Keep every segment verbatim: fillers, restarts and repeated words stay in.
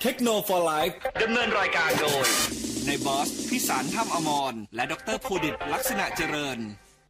เทคโนโลยีไลฟ์ดำเนินรายการโดยในบอสพิสารถ้ำอมรและดรภูดิตลักษณะเจริญ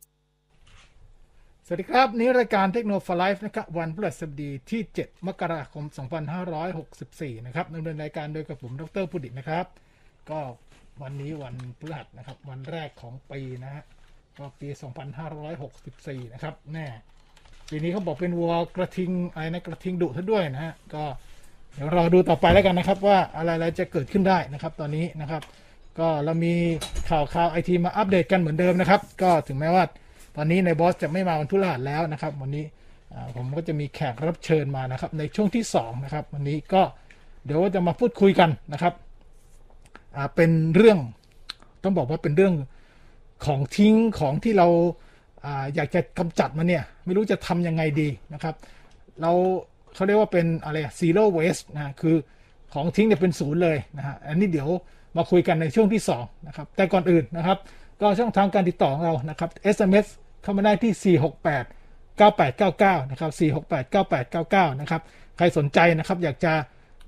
สวัสดีครับนี้รายการเทคโนโลยีไลฟ์นะครับวันพฤหัสบดีที่เจ็ดมกราคมสองพันห้าร้อยหกสิบสี่นะครับดำเนินรายการโดยกับผมดรภูดิตนะครับก็วันนี้วันพฤหัสนะครับวันแรกของปีนะฮะก็ปีสองพันห้าร้อยหกสิบสี่นะครับแน่ปีนี้เขาบอกเป็นวัวกระทิงอะไรนะกระทิงดุซะด้วยนะฮะก็เดี๋ยวเราดูต่อไปแล้วกันนะครับว่าอะไรๆจะเกิดขึ้นได้นะครับตอนนี้นะครับก็เรามีข่าวข่าวไอทีมาอัปเดตกันเหมือนเดิมนะครับก็ถึงแม้ว่าตอนนี้ในบอสจะไม่มาวันพฤหัสแล้วนะครับวันนี้ผมก็จะมีแขกรับเชิญมานะครับในช่วงที่สองนะครับวันนี้ก็เดี๋ยวจะมาพูดคุยกันนะครับเป็นเรื่องต้องบอกว่าเป็นเรื่องของทิ้งของที่เราอยากจะกำจัดมันเนี่ยไม่รู้จะทำยังไงดีนะครับเราเขาเรียกว่าเป็นอะไร zero waste นะคือของทิ้งเนี่ยเป็นศูนย์เลยนะฮะอันนี้เดี๋ยวมาคุยกันในช่วงที่สองนะครับแต่ก่อนอื่นนะครับก็ช่องทางการติดต่อของเรานะครับ เอส เอ็ม เอส เข้ามาได้ที่สี่หกแปด เก้าแปดเก้าเก้านะครับสี่หกแปด เก้าแปดเก้าเก้านะครับใครสนใจนะครับอยากจะ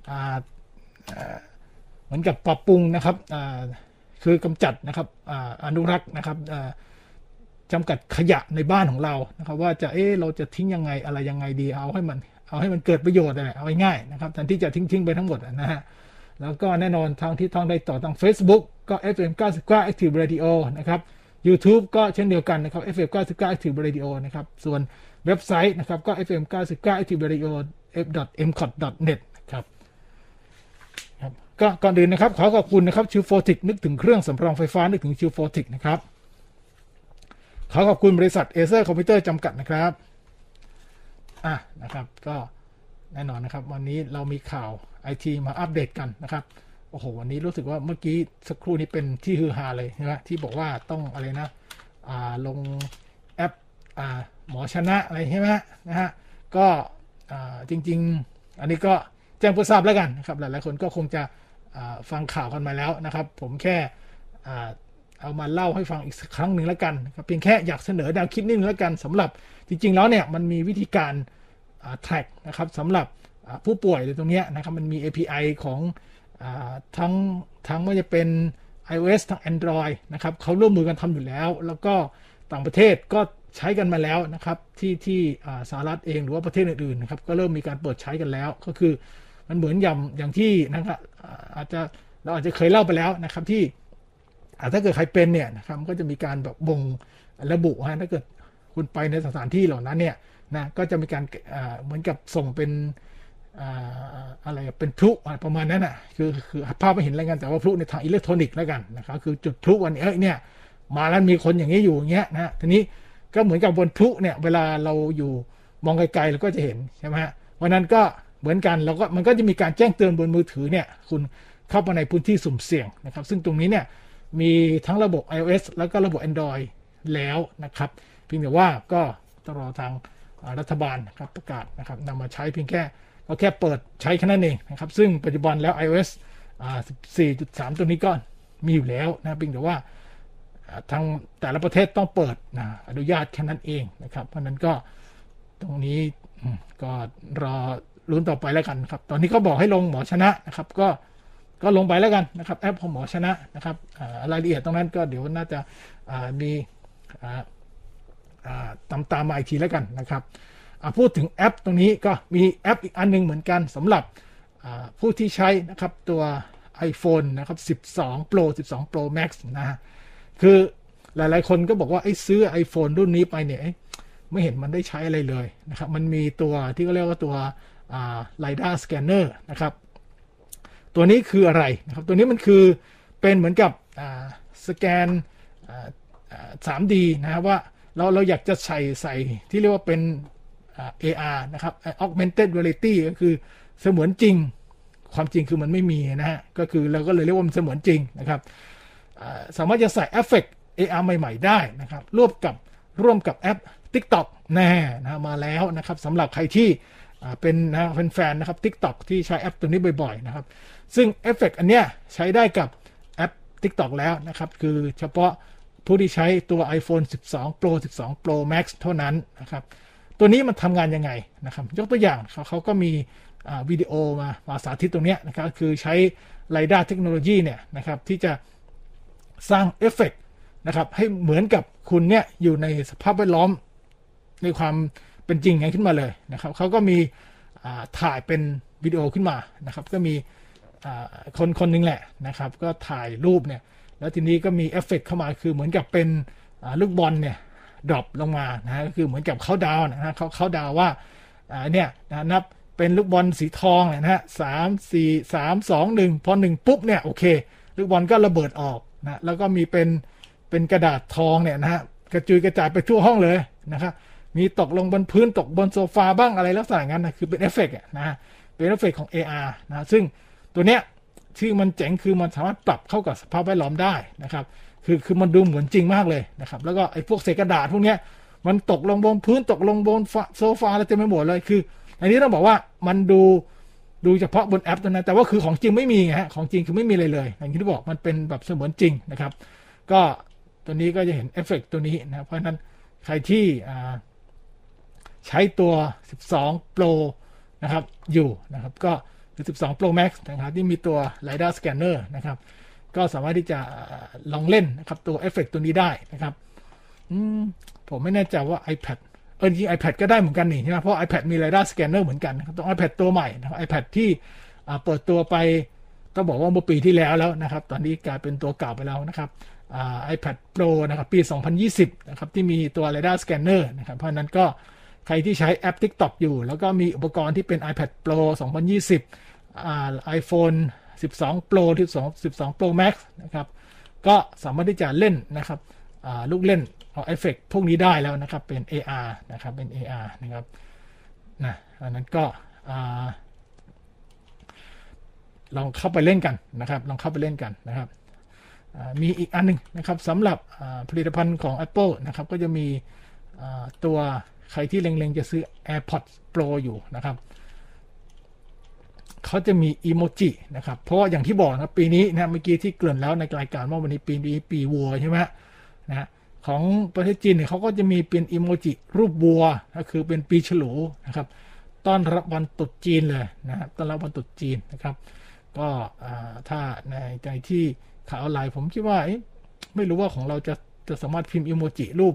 เหมือนกับปรับปรุงนะครับคือกำจัดนะครับอนุรักษ์นะครับจำกัดขยะในบ้านของเรานะครับว่าจะเออเราจะทิ้งยังไงอะไรยังไงดีเอาให้มันเอาให้มันเกิดประโยชน์อะไรเอาง่ายๆนะครับแทนที่จะทิ้งๆไปทั้งหมดนะฮะแล้วก็แน่นอนทางที่ท่องได้ต่อทาง Facebook ก็ เอฟ เอ็ม เก้าสิบเก้า Active Radio นะครับ YouTube ก็เช่นเดียวกันนะครับ เอฟ เอ็ม เก้าสิบเก้า Active Radio นะครับส่วนเว็บไซต์นะครับก็ เอฟ เอ็ม เก้าสิบเก้า Active Radio ดอท เอ็ม คอท ดอท เน็ต นะครับครับก็ก่อนอื่นนะครับขอขอบคุณนะครับชิวโฟติกนึกถึงเครื่องสำรองไฟฟ้านึกถึงชิวโฟติกนะครับขอขอบคุณบริษัทเอเซอร์คอมพิวเตอร์จำกัดนะครับอ่ะนะครับก็แน่นอนนะครับวันนี้เรามีข่าว ไอ ที มาอัปเดตกันนะครับโอ้โหวันนี้รู้สึกว่าเมื่อกี้สักครู่นี้เป็นที่ฮือฮาเลยใช่ไหมที่บอกว่าต้องอะไรนะอ่าลงแอปอ่าหมอชนะอะไรใช่ไหมนะฮะก็อ่าจริงๆอันนี้ก็แจ้งเพื่อทราบแล้วกันนะครับหลายๆคนก็คงจะอ่าฟังข่าวกันมาแล้วนะครับผมแค่อ่าเอามาเล่าให้ฟังอีกสักครั้งหนึ่งแล้วกันครับเพียงแค่อยากเสนอแนวคิดนิดนึงแล้วกันสำหรับจริงๆแล้วเนี่ยมันมีวิธีการอ่า track นะครับสำหรับผู้ป่วยในตรงนี้นะครับมันมี เอ พี ไอ ของอ่าทั้งทั้งไม่ว่าจะเป็น iOS ทั้ง Android นะครับเขาร่วมมือกันทำอยู่แล้วแล้วก็ต่างประเทศก็ใช้กันมาแล้วนะครับที่ที่สหรัฐเองหรือว่าประเทศอื่นๆนะครับก็เริ่มมีการเปิดใช้กันแล้วก็คือมันเหมือนอย่างอย่างที่นะครับอาจจะเราอาจจะเคยเล่าไปแล้วนะครับที่ถ้าเกิดใครเป็นเนี่ยนะครับก็จะมีการแบบบ่งระบุฮะถ้าเกิดคุณไปในสถานที่เหล่านั้นเนี่ยนะก็จะมีการเหมือนกับส่งเป็นอะไรเป็นพลุประมาณนั้นอ่ะคือคือภาพไม่เห็นอะไรกันแต่ว่าพลุในทางอิเล็กทรอนิกส์แล้วกันนะครับคือจุดพลุวันนี้เอ้ยเนี่ยมาแล้วมีคนอย่างนี้อยู่อย่างเงี้ยนะทีนี้ก็เหมือนกับบนพลุเนี่ยเวลาเราอยู่มองไกลๆเราก็จะเห็นใช่ไหมฮะวันนั้นก็เหมือนกันเราก็มันก็จะมีการแจ้งเตือนบนมือถือเนี่ยคุณเข้ามาในพื้นที่สุ่มเสี่ยงนะครับซึ่งตรงนี้เนี่ยมีทั้งระบบ iOS แล้วก็ระบบ Android แล้วนะครับเพียงแต่ว่าก็ต้องรอทางรัฐบาลนะครับประกาศนะครับนำมาใช้เพียงแค่ก็แค่เปิดใช้แค่นั้นเองนะครับซึ่งปัจจุบันแล้ว iOS อ่า สิบสี่จุดสาม ตัวนี้ก็มีอยู่แล้วนะเพียงแต่ว่าทางแต่ละประเทศต้องเปิดนะอนุญาตแค่นั้นเองนะครับเพราะนั้นก็ตรงนี้ก็รอลุ้นต่อไปแล้วกันครับตอนนี้ก็บอกให้ลงหมอชนะนะครับก็ก็ลงไปแล้วกันนะครับแอปของหมอชนะนะครับรายละเอียดตรงนั้นก็เดี๋ยวน่าจะมีตามตามมาอีกทีแล้วกันนะครับพูดถึงแอปตรงนี้ก็มีแอปอีกอันนึงเหมือนกันสำหรับผู้ที่ใช้นะครับตัว iPhone นะครับ สิบสอง Pro สิบสอง Pro Max นะฮะคือหลายๆคนก็บอกว่าไอ้ซื้อ iPhone รุ่นนี้ไปเนี่ยไม่เห็นมันได้ใช้อะไรเลยนะครับมันมีตัวที่เขาเรียกว่าตัว LiDAR Scanner นะครับตัวนี้คืออะไรนะครับตัวนี้มันคือเป็นเหมือนกับสแกน ทรีดี นะครับว่าเราเราอยากจะใส่ใส่ที่เรียกว่าเป็นเอ อาร์ นะครับ augmented reality ก็คือเสมือนจริงความจริงคือมันไม่มีนะฮะก็คือเราก็เลยเรียกว่ามันเสมือนจริงนะครับสามารถจะใส่เอฟเฟกต์ เอ อาร์ ใหม่ๆได้นะครับร่วมกับร่วมกับแอป TikTok แน่นะมาแล้วนะครับสำหรับใครที่เป็นนะเป็นแฟนนะครับ TikTok ที่ใช้แอปตัวนี้บ่อยๆนะครับซึ่งเอฟเฟกต์อันเนี้ยใช้ได้กับแอป TikTok แล้วนะครับคือเฉพาะผู้ที่ใช้ตัว iPhone สิบสอง Pro สิบสอง Pro Max เท่านั้นนะครับตัวนี้มันทำงานยังไงนะครับยกตัวอย่างเขาเขาก็มีวิดีโอมามาสาธิตตรงนี้นะครับคือใช้ไรด้าเทคโนโลยีเนี่ยนะครับที่จะสร้างเอฟเฟกต์นะครับให้เหมือนกับคุณเนี่ยอยู่ในสภาพแวดล้อมในความเป็นจริงไงขึ้นมาเลยนะครับเขาก็มีถ่ายเป็นวิดีโอขึ้นมานะครับก็มีคนคนนึงแหละนะครับก็ถ่ายรูปเนี่ยแล้วทีนี้ก็มีเอฟเฟกต์เข้ามาคือเหมือนกับเป็นลูกบอลเนี่ยดรอปลงมานะฮะก็คือเหมือนกับเขาดาวนะฮะเขาเขาดาวว่าเนี่ยนะนับเป็นลูกบอลสีทองนะฮะสามสี่สามสองหนึ่งพอหนึ่งปุ๊บเนี่ยโอเคลูกบอลก็ระเบิดออกนะแล้วก็มีเป็นเป็นกระดาษทองเนี่ยนะฮะกระจุยกระจายไปทั่วห้องเลยนะครับมีตกลงบนพื้นตกบนโซฟาบ้างอะไรลักษณะงั้นนะคือเป็นเอฟเฟกต์นะฮะเป็นเอฟเฟกต์ของ เอ อาร์ นะซึ่งตัวเนี้ยที่มันเจ๋งคือมันสามารถปรับเข้ากับสภาพแวดล้อมได้นะครับคือคือมันดูเหมือนจริงมากเลยนะครับแล้วก็ไอ้พวกเศษกระดาษพวกเนี้ยมันตกลงบนพื้นตกลงบนโซฟาอะไรเต็มไปหมดเลยคืออันนี้ต้องบอกว่ามันดูดูเฉพาะบนแอปตัวนั้นแต่ว่าคือของจริงไม่มีฮะของจริงคือไม่มีอะไรเลยอย่างที่บอกมันเป็นแบบเสมือนจริงนะครับก็ตัวนี้ก็จะเห็นเอฟเฟกต์ตัวนี้นะเพราะฉะนั้นใครที่ใช้ตัวสิบสอง Pro นะครับอยู่นะครับก็สิบสอง Pro Max นะครับที่มีตัว LiDAR Scanner นะครับก็สามารถที่จะลองเล่นนะครับตัวเอฟเฟกต์ตัวนี้ได้นะครับผมไม่แน่ใจว่า iPad เออจริง iPad ก็ได้เหมือนกันนี่ใช่ไหมเพราะ iPad มี LiDAR Scanner เหมือนกันนะครับตัว iPad ตัวใหม่นะครับ iPad ที่เปิดตัวไปต้องบอกว่าเมื่อปีที่แล้วแล้วนะครับตอนนี้กลายเป็นตัวเก่าไปแล้วนะครับiPad Pro นะครับปีสองพันยี่สิบนะครับที่มีตัว LiDAR Scanner นะครับเพราะนั้นก็ใครที่ใช้แอป TikTok อยู่แล้วก็มีอุปกรณ์ที่เป็น iPad Pro สองพันยี่สิบอ่า iPhone สิบสอง Pro ที่สิบสอง Pro Max นะครับก็สามารถที่จะเล่นนะครับลูกเล่นเอาเอฟเฟกต์พวกนี้ได้แล้วนะครับเป็น เอ อาร์ นะครับเป็น เอ อาร์ นะครับนะอันนั้นก็ลองเข้าไปเล่นกันนะครับลองเข้าไปเล่นกันนะครับมีอีกอันนึงนะครับสำหรับผลิตภัณฑ์ของ Apple นะครับก็จะมีตัวใครที่เล็งๆจะซื้อ AirPods Pro อยู่นะครับเขาจะมีอีโมจินะครับเพราะว่าอย่างที่บอกนะปีนี้นะเมื่อกี้ที่เกริ่นแล้วในรายการว่าวันนี้ปีนี้ปีวัวใช่ไหมนะของประเทศจีนเนี่ยเขาก็จะมีเป็นอีโมจิรูปวัวก็คือเป็นปีฉลูนะครับต้อนรับวันตรุษจีนเลยนะครับต้อนรับวันตรุษจีนนะครับก็ถ้าในใจที่ข่าวออนไลน์ผมคิดว่าไม่รู้ว่าของเราจะจะสามารถพิมพ์อีโมจิรูป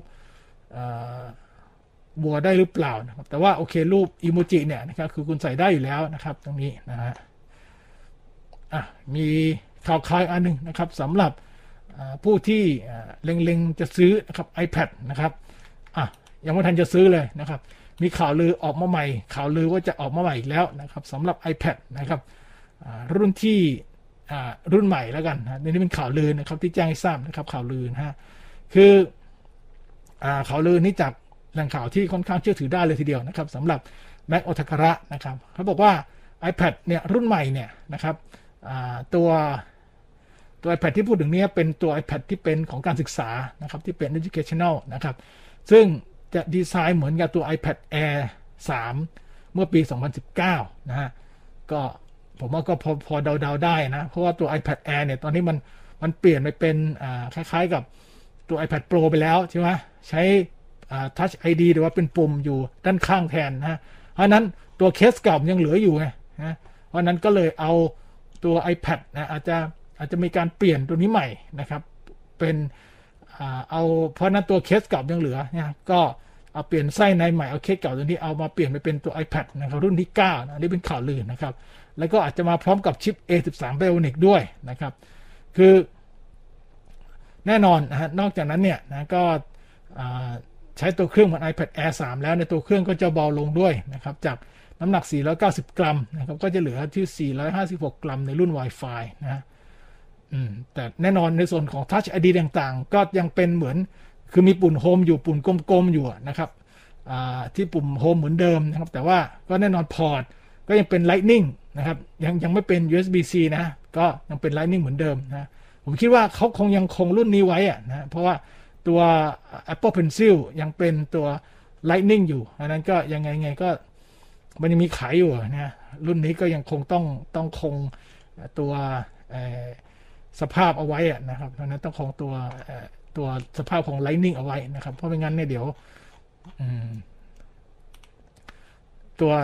บัวได้หรือเปล่านะครับแต่ว่าโอเครูปอีโมจิเนี่ยนะครับคือคุณใส่ได้อยู่แล้วนะครับตรงนี้นะฮะอ่ะมีข่าวคลายอันนึงนะครับสำหรับผู้ที่เล็งๆจะซื้อนะครับ iPad นะครับอ่ะยังไม่ทันจะซื้อเลยนะครับมีข่าวลือออกมาใหม่ข่าวลือว่าจะออกมาใหม่อีกแล้วนะครับสำหรับ iPad นะครับรุ่นที่รุ่นใหม่แล้วกันนะนี่เป็นข่าวลือนะครับที่แจ้งให้ทราบนะครับข่าวลือนะฮะคือข่าวลือนี้จากแหล่งข่าวที่ค่อนข้างเชื่อถือได้เลยทีเดียวนะครับสำหรับแม็กโอทาการะนะครับเขาบอกว่า iPad เนี่ยรุ่นใหม่เนี่ยนะครับตัวตัว iPad ที่พูดถึงนี้เป็นตัว iPad ที่เป็นของการศึกษานะครับที่เป็น educational นะครับซึ่งจะดีไซน์เหมือนกับตัว iPad Air สามเมื่อปีสองพันสิบเก้านะฮะก็ผมว่าก็พอพอเดาๆได้นะเพราะว่าตัว iPad Air เนี่ยตอนนี้มันมันเปลี่ยนไปเป็นคล้ายๆกับตัว iPad Pro ไปแล้วใช่ไหมใช้Touch ไอ ดี หรือว่าเป็นปุ่มอยู่ด้านข้างแทนนะเพราะนั้นตัวเคสเก่ายังเหลืออยู่ไงนะเพราะนั้นก็เลยเอาตัว iPad นะอาจจะอาจจะมีการเปลี่ยนตัวนี้ใหม่นะครับเป็นเอาเพราะนั้นตัวเคสเก่ายังเหลือเนี่ยก็เอาเปลี่ยนไส้ในใหม่เอาเคสเก่าตัวนี้เอามาเปลี่ยนไปเป็นตัว iPad นะครับรุ่นที่เก้านะนี่เป็นข่าวลือนะครับแล้วก็อาจจะมาพร้อมกับชิป เอ สิบสาม Bionic ด้วยนะครับคือแน่นอนนะฮะนอกจากนั้นเนี่ยนะก็ใช้ตัวเครื่องเหมือน iPad Air สามแล้วในตัวเครื่องก็จะเบาลงด้วยนะครับจากน้ำหนักสี่ร้อยเก้าสิบกรัมนะครับก็จะเหลือที่สี่ร้อยห้าสิบหกกรัมในรุ่น Wi-Fi นะอืมแต่แน่นอนในส่วนของ Touch ไอ ดี ต่างๆก็ยังเป็นเหมือนคือมีปุ่มโฮมอยู่ปุ่มกลมๆอยู่นะครับที่ปุ่มโฮมเหมือนเดิมนะครับแต่ว่าก็แน่นอนพอร์ตก็ยังเป็น Lightning นะครับยังยังไม่เป็น ยู เอส บี ซี นะก็ยังเป็น Lightning เหมือนเดิมนะผมคิดว่าเขาคงยังคงรุ่นนี้ไว้อะนะเพราะว่าตัว Apple Pencil ยังเป็นตัว Lightning อยู่อันนั้นก็ยังไงไงก็มันยังมีขายอยู่นะรุ่นนี้ก็ยังคงต้องต้องคงตัวสภาพเอาไว้นะครับเพราะนั้นต้องคงตัวตัวสภาพของ Lightning เอาไว้นะครับเพราะไม่งั้นเนี่ยเดี๋ยวตัว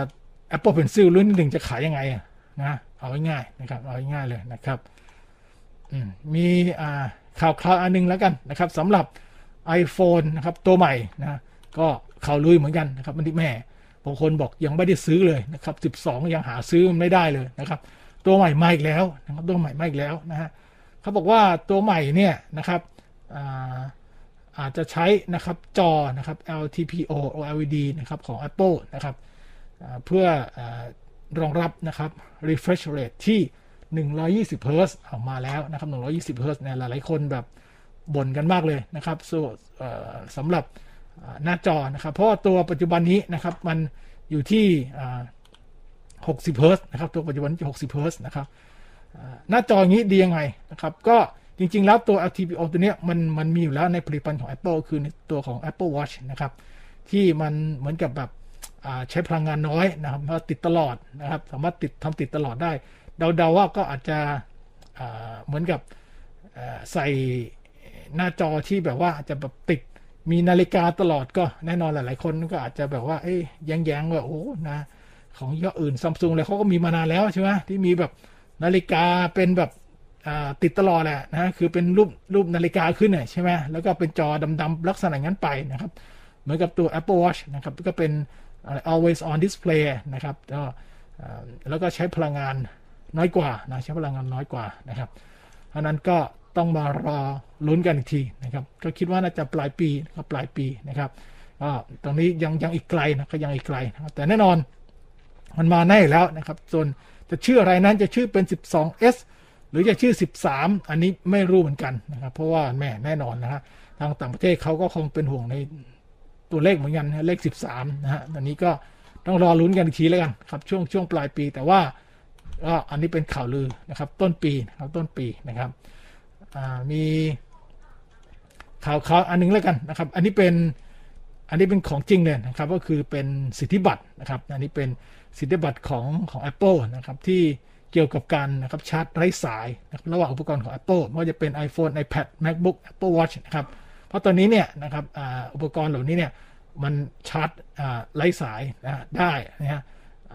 Apple Pencil รุ่นที่หนึ่งจะขายยังไงนะเอาง่ายๆนะครับเอาง่ายๆเลยนะครับมีข่าวคราวอันนึงแล้วกันนะครับสำหรับ iPhone นะครับตัวใหม่นะก็ข่าวลือเหมือนกันนะครับมันที่แม่บางคนบอกยังไม่ได้ซื้อเลยนะครับสิบสองยังหาซื้อไม่ได้เลยนะครับตัวใหม่มาอีกแล้วนะครับตัวใหม่มาอีกแล้วนะฮะเขาบอกว่าตัวใหม่เนี่ยนะครับอาอาจจะใช้นะครับจอนะครับ แอล ที พี โอ โอ แอล อี ดี นะครับของ Apple นะครับเพื่อรองรับนะครับ refresh rate ที่หนึ่งร้อยยี่สิบเฮิร์ตซ์ออกมาแล้วนะครับหนึ่งร้อยยี่สิบเฮิร์ตซ์เนี่ยหลายๆคนแบบบ่นกันมากเลยนะครับสำหรับหน้าจอนะครับเพราะว่าตัวปัจจุบันนี้นะครับมันอยู่ที่หกสิบเฮิร์ตซ์นะครับตัวปัจจุบันที่หกสิบเฮิร์ตซ์นะครับหน้าจออย่างนี้ดียังไงนะครับก็จริงๆแล้วตัว แอล ที พี โอ ตัวเนี้ยมันมันมีอยู่แล้วในผลิตภัณฑ์ของ Apple คือในตัวของ Apple Watch นะครับที่มันเหมือนกับแบบใช้พลังงานน้อยนะครับเพราะติดตลอดนะครับสามารถติดทำติดตลอดได้เดาๆว่าก็อาจจะเหมือนกับใส่หน้าจอที่แบบว่าจะแบบติดมีนาฬิกาตลอดก็แน่นอนหลายๆคนก็อาจจะแบบว่าเอ้ยแย้งๆว่าโอ้นะของยี่ห้ออื่นซัมซุงอะไรเขาก็มีมานานแล้วใช่ไหมที่มีแบบนาฬิกาเป็นแบบติดตลอดแหละนะคือเป็นรูปรูปนาฬิกาขึ้นเนี่ยใช่ไหมแล้วก็เป็นจอดำๆลักษณะงั้นไปนะครับเหมือนกับตัว Apple Watch นะครับก็เป็น always on display นะครับก็แล้วก็ใช้พลังงานน้อยกว่านะใช้พลังงานน้อยกว่านะครับเพราะนั้นก็ต้องมารอลุ้นกันอีกทีนะครับก็คิดว่าน่าจะปลายปีนะครับปลายปีนะครับก็ตรงนี้ยังยังอีกไกลนะก็ยังอีกไกลนะครับแต่แน่นอนมันมาแน่แล้วนะครับส่วนจะชื่ออะไรนั้นจะชื่อเป็น สิบสอง เอส หรือจะชื่อสิบสามอันนี้ไม่รู้เหมือนกันนะครับเพราะว่าแม่แน่นอนนะฮะทางต่างประเทศเขาก็คงเป็นห่วงในตัวเลขเหมือนกันนะเลขสิบสามนะฮะตอนนี้ก็ต้องรอลุ้นกันอีกทีแล้วกันครับช่วงช่วงปลายปีแต่ว่าก็อันนี้เป็นข่าวลือนะครับต้นปีนะครับต้นปีนะครับมีข่าวข่าวอันนึงแล้วกันนะครับอันนี้เป็นอันนี้เป็นของจริงเลยนะครับก็คือเป็นสิทธิบัตรนะครับอันนี้เป็นสิทธิบัตรของของ Apple นะครับที่เกี่ยวกับการนะครับชาร์จไร้สายนะครับระหว่างอุปกรณ์ของ Apple ไม่ว่าจะเป็น iPhone iPad MacBook Apple Watch นะครับเพราะตอนนี้เนี่ยนะครับอุปกรณ์เหล่านี้เนี่ยมันชาร์จไร้สายนะได้นะฮะ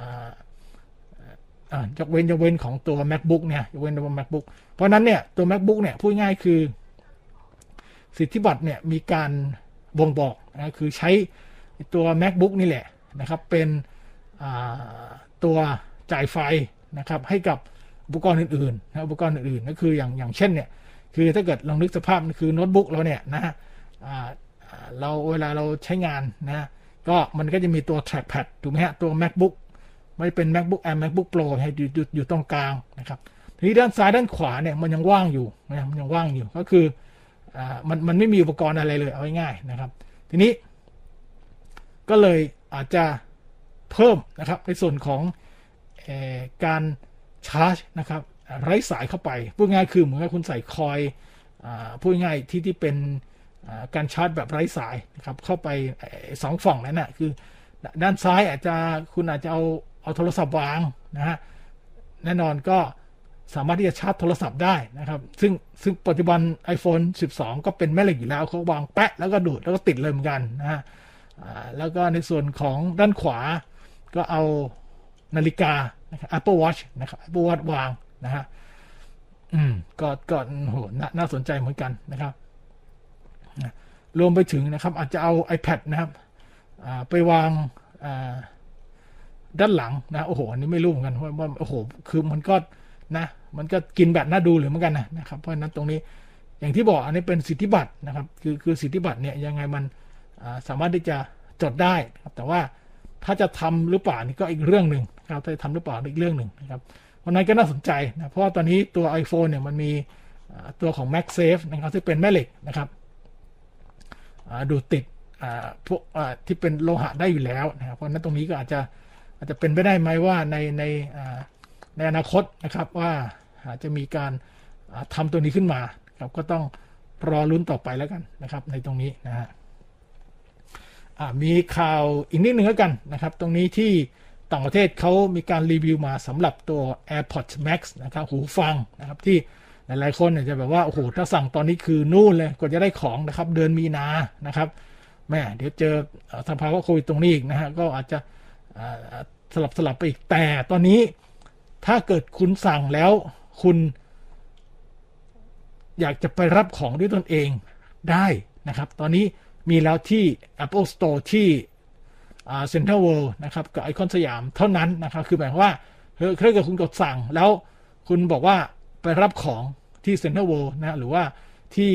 ยกเว้นยกเว้นของตัว MacBook เนี่ยยกเว้นตัว MacBook เพราะนั้นเนี่ยตัว MacBook เนี่ยพูดง่ายคือสิทธิบัตรเนี่ยมีการบ่งบอกนะคือใช้ตัว MacBook นี่แหละนะครับเป็นตัวจ่ายไฟนะครับให้กับอุปกรณ์อื่นๆนะอุปกรณ์อื่นๆก็คืออย่างอย่างเช่นเนี่ยคือถ้าเกิดลองนึกสภาพคือโน้ตบุ๊กเราเนี่ยนะฮะเราเวลาเราใช้งานนะก็มันก็จะมีตัว trackpad ถูกไหมฮะตัว MacBook ไม่เป็น MacBook Air MacBook Pro ให้อยู่อยู่อยู่ตรงกลางนะครับทีนี้ด้านซ้ายด้านขวาเนี่ยมันยังว่างอยู่นะมันยังว่างอยู่ก็คืออ่ามันมันไม่มีอุปกรณ์อะไรเลยเอาง่ายๆนะครับทีนี้ก็เลยอาจจะเพิ่มนะครับในส่วนของเอ่อการชาร์จนะครับไร้สายเข้าไปพูดง่ายคือเหมือนกับคุณใส่คอยอ่าพูดง่ายที่ที่เป็นการชาร์จแบบไร้สายนะครับเข้าไปสองฝั่งนั้นนะคือด้านซ้ายอาจจะคุณอาจจะเอาเอาโทรศัพท์วางนะฮะแน่นอนก็สามารถที่จะชาร์จโทรศัพท์ได้นะครับซึ่งซึ่งปัจจุบัน iPhone สิบสองก็เป็นแม่เหล็กอยู่แล้วเขาวางแปะแล้วก็ดูดแล้วก็ติดเลยเหมือนกันนะฮะแล้วก็ในส่วนของด้านขวาก็เอานาฬิกานะครับ Apple Watch นะครับ Apple Watch วางนะฮะอืมก็ก็โหน่าสนใจเหมือนกันนะครับรวมไปถึงนะครับอาจจะเอา iPad นะครับไปวางด้านหลังนะโอ้โหอันนี้ไม่รู้เหมือนกันว่าโอ้โหคือมันก็นะมันก็กินแบตน่าดูหรือเหมือนกันนะนะครับเพราะฉะนั้นตรงนี้อย่างที่บอกอันนี้เป็นสิทธิบัตรนะครับคือคือสิทธิบัตรเนี่ยยังไงมันสามารถที่จะจดได้ครับแต่ว่าถ้าจะทำหรือเปล่านี่ก็อีกเรื่องหนึ่งครับถ้าจะทำหรือเปล่าอีกเรื่องหนึ่งนะครับวันนั้นก็น่าสนใจนะเพราะว่าตอนนี้ตัว iPhone เนี่ยมันมีตัวของ MagSafe นะครับที่เป็นแม่เหล็กนะครับดูดติดพวกที่เป็นโลหะได้อยู่แล้วนะครับเพราะนั้นตรงนี้ก็อาจจะอาจจะเป็นไปได้ไหมว่าในในในอนาคตนะครับว่าอาจจะมีการทำตัวนี้ขึ้นมาครับก็ต้องรอลุ้นต่อไปแล้วกันนะครับในตรงนี้นะฮะมีข่าวอีกนิดนึงแล้วกันนะครับตรงนี้ที่ต่างประเทศเขามีการรีวิวมาสำหรับตัว AirPods Max นะครับหูฟังนะครับที่หลายๆคนเนี่ยจะแบบว่าโอ้โหถ้าสั่งตอนนี้คือนู่นเลยกว่าจะได้ของนะครับเดือนมีนานะครับแม่เดี๋ยวเจอสภาวะโควิดตรงนี้อีกนะฮะก็อาจจะสลับสลับไปอีกแต่ตอนนี้ถ้าเกิดคุณสั่งแล้วคุณอยากจะไปรับของด้วยตนเองได้นะครับตอนนี้มีแล้วที่ Apple Store ที่เซ็นทรัลเวิลด์นะครับกับไอคอนสยามเท่านั้นนะครับคือหมายความว่าถ้าเกิดคุณกดสั่งแล้วคุณบอกว่าไปรับของที่เซ็นทรัลเวิลด์นะหรือว่าที่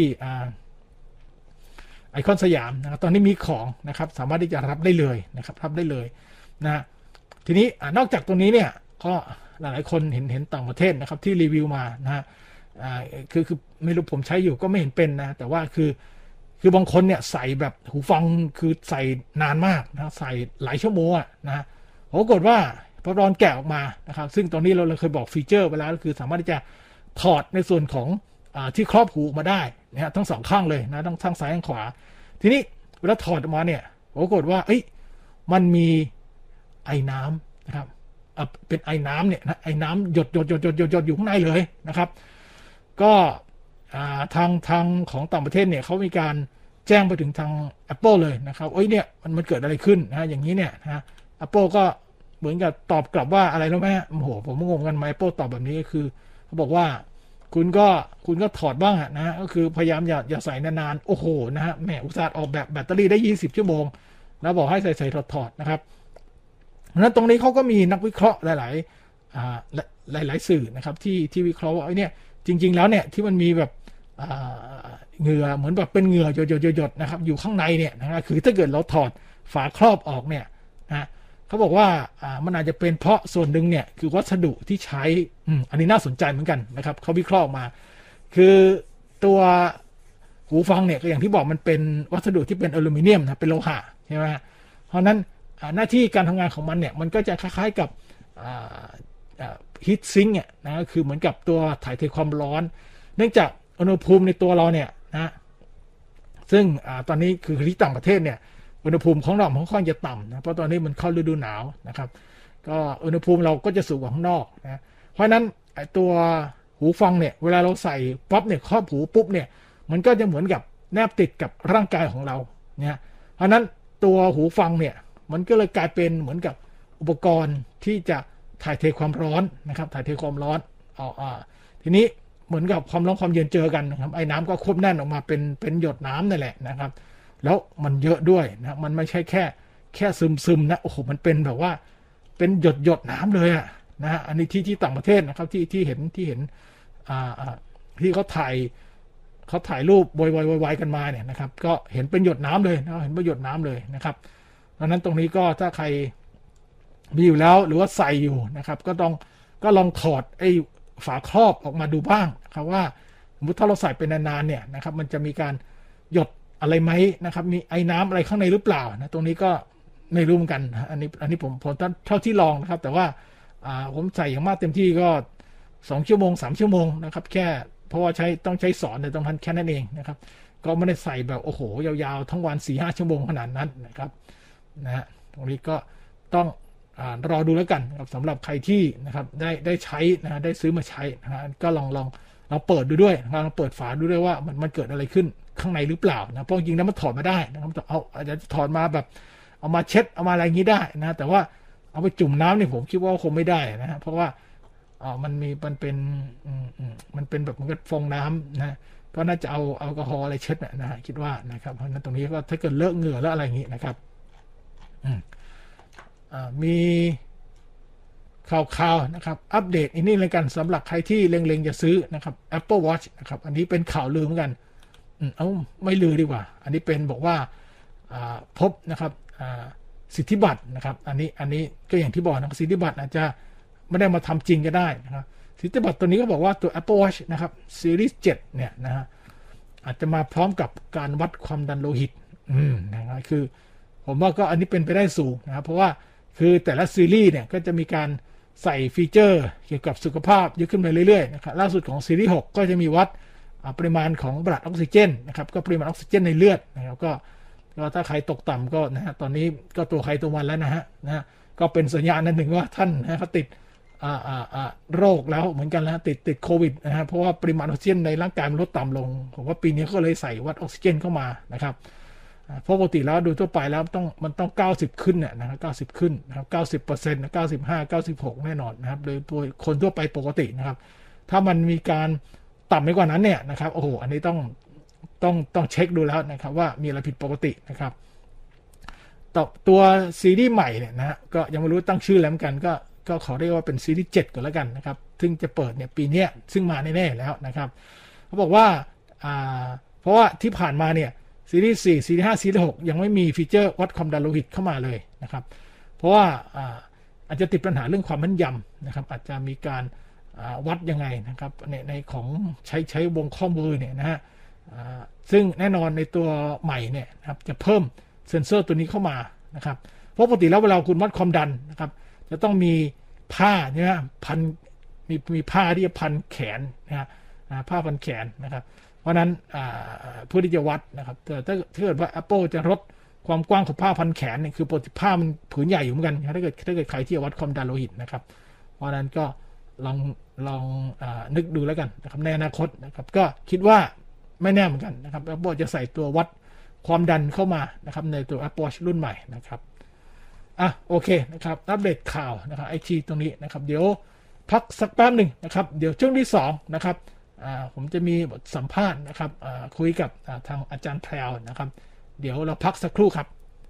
ไอคอนสยามนะครับตอนนี้มีของนะครับสามารถที่จะรับได้เลยนะครับรับได้เลยนะทีนี้นอกจากตรงนี้เนี่ยก็หลายๆคนเห็นเห็นต่างประเทศนะครับที่รีวิวมานะฮะคือคือไม่รู้ผมใช้อยู่ก็ไม่เห็นเป็นนะแต่ว่าคือคือบางคนเนี่ยใส่แบบหูฟังคือใส่นานมากนะใส่หลายชั่วโมงนะปรากฏว่าพอตอนแกะออกมานะครับซึ่งตอนนี้เราเราเคยบอกฟีเจอร์ไปแล้วก็คือสามารถที่จะถอดในส่วนของอที่ครอบหูมาได้นะฮะทั้งสองข้างเลยนะทั้งทั้งซ้ายทั้งขวาทีนี้เวลาถอดออกมาเนี่ยปรากฏว่าเอ้ยมันมีไอ้น้ำนะครับเป็นไอ้น้ำเนี่ยนะไอ้น้ำหยดหยดหยดหยดหยดหยดอยู่ข้างในเลยนะครับก็ทางทางของต่างประเทศเนี่ยเขามีการแจ้งไปถึงทาง Apple เลยนะครับโอ้ยเนี่ยมันมันเกิดอะไรขึ้นนะอย่างนี้เนี่ยนะ Apple ก็เหมือนกับตอบกลับว่าอะไรรู้ไหมโอ้โหผมงงกันไหม Apple ตอบแบบนี้ก็คือเขาบอกว่าคุณก็คุณก็ถอดบ้างนะก็คือพยายามอย่าอย่าใส่นานๆโอ้โหนะฮะแหมอุตส่าห์ออกแบบแบตเตอรี่ได้ยี่สิบชั่วโมงแล้วบอกให้ใส่ใส่ถอดถอดนะครับนั้นตรงนี้เขาก็มีนักวิเคราะห์หลายๆอ่าหลายๆสื่อนะครับที่ที่วิเคราะห์ว่าไอ้เนี่ยจริงๆแล้วเนี่ยที่มันมีแบบเหงื่อเหมือนแบบเป็นเหงื่อหยดๆๆนะครับอยู่ข้างในเนี่ยนะคือถ้าเกิดเราถอดฝาครอบออกเนี่ยนะเขาบอกว่ามันอาจจะเป็นเพราะส่วนหนึ่งเนี่ยคือวัสดุที่ใช้อันนี้น่าสนใจเหมือนกันนะครับเขาวิเคราะห์มาคือตัวหูฟังเนี่ยก็อย่างที่บอกมันเป็นวัสดุที่เป็นอลูมิเนียมนะเป็นโลหะใช่ไหมเพราะนั้นหน้าที่การทำงานของมันเนี่ยมันก็จะคล้ายๆกับฮีทซิงค์เนี่ยนะคือเหมือนกับตัวถ่ายเทความร้อนเนื่องจากอุณหภูมิในตัวเราเนี่ยนะซึ่งอตอนนี้คือที่ต่างประเทศเนี่ยอุณหภูมิของเราค่อนข้างจะต่ำนะเพราะตอนนี้มันเข้าฤดูหนาวนะครับก็อุณหภูมิเราก็จะสูงกว่าข้างนอกนะเพราะฉะนั้นตัวหูฟังเนี่ยเวลาเราใส่ปั๊บเนี่ยครอบหูปุ๊บเนี่ยมันก็จะเหมือนกับแนบติดกับร่างกายของเราเนี่ยเพราะนั้นตัวหูฟังเนี่ยมันก็เลยกลายเป็นเหมือนกับอุปกรณ์ที่จะถ่ายเทความร้อนนะครับถ่ายเทความร้อนอ๋อทีนี้เหมือนกับความร้อนความเย็นเจอกันนะครับไอ้น้ำก็ควบแน่นออกมาเป็นเป็นหยดน้ำนั่นแหละนะครับแล้วมันเยอะด้วยนะมันไม่ใช่แค่แค่ซึมซึมนะโอ้โหมันเป็นแบบว่าเป็นหยดหยดน้ำเลยอะนะฮะอันนี้ที่ที่ต่างประเทศนะครับที่ที่เห็นที่เห็นอ่าอ่าที่เขาถ่ายเขาถ่ายรูปวอยวายกันมาเนี่ยนะครับก็เห็นเป็นหยดน้ำเลยนะเห็นเป็นหยดน้ำเลยนะครับดังนั้นตรงนี้ก็ถ้าใครมีอยู่แล้วหรือว่าใส่อยู่นะครับก็ต้องก็ลองถอดไอ้ฝาครอบออกมาดูบ้างครับว่าสมมติถ้าเราใส่เป็นนานๆเนี่ยนะครับมันจะมีการหยดอะไรไหมนะครับมีไอ้น้ำอะไรข้างในหรือเปล่านะตรงนี้ก็ไม่รู้เหมือนกันอันนี้อันนี้ผมผมเท่าที่ลองนะครับแต่ว่าอ่าผมใส่อย่างมากเต็มที่ก็สองชั่วโมงสามชั่วโมงนะครับแค่เพราะว่าใช้ต้องใช้สอนในตรงนั้นแค่นั้นเองนะครับก็ไม่ได้ใส่แบบโอ้โหยาวๆทั้งวัน สี่ห้า ชั่วโมงขนาดนั้นนะครับนะฮะตรงนี้ก็ต้องรอดูแล้วกันสำหรับใครที่นะครับได้ได้ใช้นะได้ซื้อมาใช้นะฮะก็ลองลองเราเปิดดูด้วยลองเปิดฝาดูด้วยว่ามันมันเกิดอะไรขึ้นข้างในหรือเปล่านะเพราะจริงๆแล้วมันถอดมาได้นะครับเอาอาจจะถอดมาแบบเอามาเช็ดเอามาอะไรอย่างนี้ได้นะแต่ว่าเอาไปจุ่มน้ำเนี่ยผมคิดว่าคงไม่ได้นะฮะเพราะว่าอ๋อมันมีมันเป็นมันเป็นแบบเหมือนกับฟองน้ำนะก็น่าจะเอาแอลกอฮอล์อะไรเช็ดนะฮะคิดว่านะครับเพราะนั้นตรงนี้ก็ถ้าเกิดเลอะเหงื่อแล้วอะไรอย่างนี้นะครับอืมมีข่าวๆนะครับอัปเดตอีกนี่เลยกันสำหรับใครที่เล็งๆจะซื้อนะครับ Apple Watch นะครับอันนี้เป็นข่าวลือเหมือนกันเอ้าไม่ลือดีกว่าอันนี้เป็นบอกว่าพบนะครับสิทธิบัตรนะครับอันนี้อันนี้ก็อย่างที่บอกนะสิทธิบัตรอาจจะไม่ได้มาทำจริงก็ได้นะครับสิทธิบัตรตัวนี้ก็บอกว่าตัว Apple Watch นะครับ Series เจ็ดเนี่ยนะฮะอาจจะมาพร้อมกับการวัดความดันโลหิตอืมนะครับคือผมว่าก็อันนี้เป็นไปได้สูงนะครับเพราะว่าคือแต่ละซีรีส์เนี่ยก็จะมีการใส่ฟีเจอร์เกี่ยวกับสุขภาพเยอะขึ้นไปเรื่อยๆนะครับล่าสุดของซีรีส์หกก็จะมีวัดปริมาณของบลัดออกซิเจนนะครับก็ปริมาณออกซิเจนในเลือดนะครับก็ก็ถ้าใครตกต่ำก็นะฮะตอนนี้ก็ตัวใครตัวมันแล้วนะฮะนะฮะก็เป็นสัญญาณนั้นหนึ่งว่าท่านนะเขาติดอ่าอ่าอ่าโรคแล้วเหมือนกันแล้วติดติดโควิดนะฮะเพราะว่าปริมาณออกซิเจนในร่างกายมันลดต่ำลงผมว่าปีนี้ก็เลยใส่วัดออกซิเจนเข้ามานะครับเพราะปกติแล้วดูทั่วไปแล้วต้องมันต้องเก้าสิบขึ้นเนี่ยนะครับเก้าสิบขึ้นนะครับเก้าสิบเปอร์เซ็นต์นะเก้าสิบห้า เก้าสิบหกแน่นอนนะครับโดยตัวคนทั่วไปปกตินะครับถ้ามันมีการต่ำไปกว่านั้นเนี่ยนะครับโอ้โหอันนี้ต้องต้องต้องเช็คดูแล้วนะครับว่ามีอะไรผิดปกตินะครับต่อตัวซีรีส์ใหม่เนี่ยนะฮะก็ยังไม่รู้ตั้งชื่อแล้วกันก็ก็ขอเรียกว่าเป็นซีรีส์เจ็ดก่อนแล้วกันนะครับซึ่งจะเปิดเนี่ยปีนี้ซึ่งมาแน่ๆแล้วนะครับเขาบอกว่าอ่าเพราะว่าที่ผ่านมาเนี่ยซีรีส์สี่ซีรีส์ห้าซีรีส์หกยังไม่มีฟีเจอร์วัดความดันโลหิตเข้ามาเลยนะครับเพราะว่าอ่าอาจจะติดปัญหาเรื่องความแม่นยำนะครับอาจจะมีการวัดยังไงนะครับในในของใช้ใช้วงข้อมือเนี่ยนะฮะซึ่งแน่นอนในตัวใหม่เนี่ยนะครับจะเพิ่มเซ็นเซอร์ตัวนี้เข้ามานะครับเพราะปกติแล้วเวลาคุณวัดความดันนะครับจะต้องมีผ้าเนี่ยพันมีมีผ้าที่จะพันแขนนะฮะผ้าพันแขนนะครับเพราะนั้นเพื่อที่จะวัดนะครับแต่ถ้าถ้าเกิดว่า Apple จะลดความกว้างของผ้าพันแขนเนี่ยคือปกติผ้ามันผืนใหญ่อยู่เหมือนกันถ้าเกิดถ้าเกิดใครที่จะวัดความดันโลหิตนะครับเพราะนั้นก็ลองลองอนึกดูแล้วกันนะครับในอนาคตนะครับก็คิดว่าไม่แน่เหมือนกันนะครับ Apple จะใส่ตัววัดความดันเข้ามานะครับในตัว Apple Watch รุ่นใหม่นะครับอ่ะโอเคนะครับอัปเดตข่าวนะครับไอทีตรงนี้นะครับเดี๋ยวพักสักแป๊บหนึ่งนะครับเดี๋ยวช่วงที่สองนะครับอ่าผมจะมีบทสัมภาษณ์นะครับอ่าคุยกับทางอาจารย์แพรวนะครับเดี๋ยวเราพักสักครู่ครับ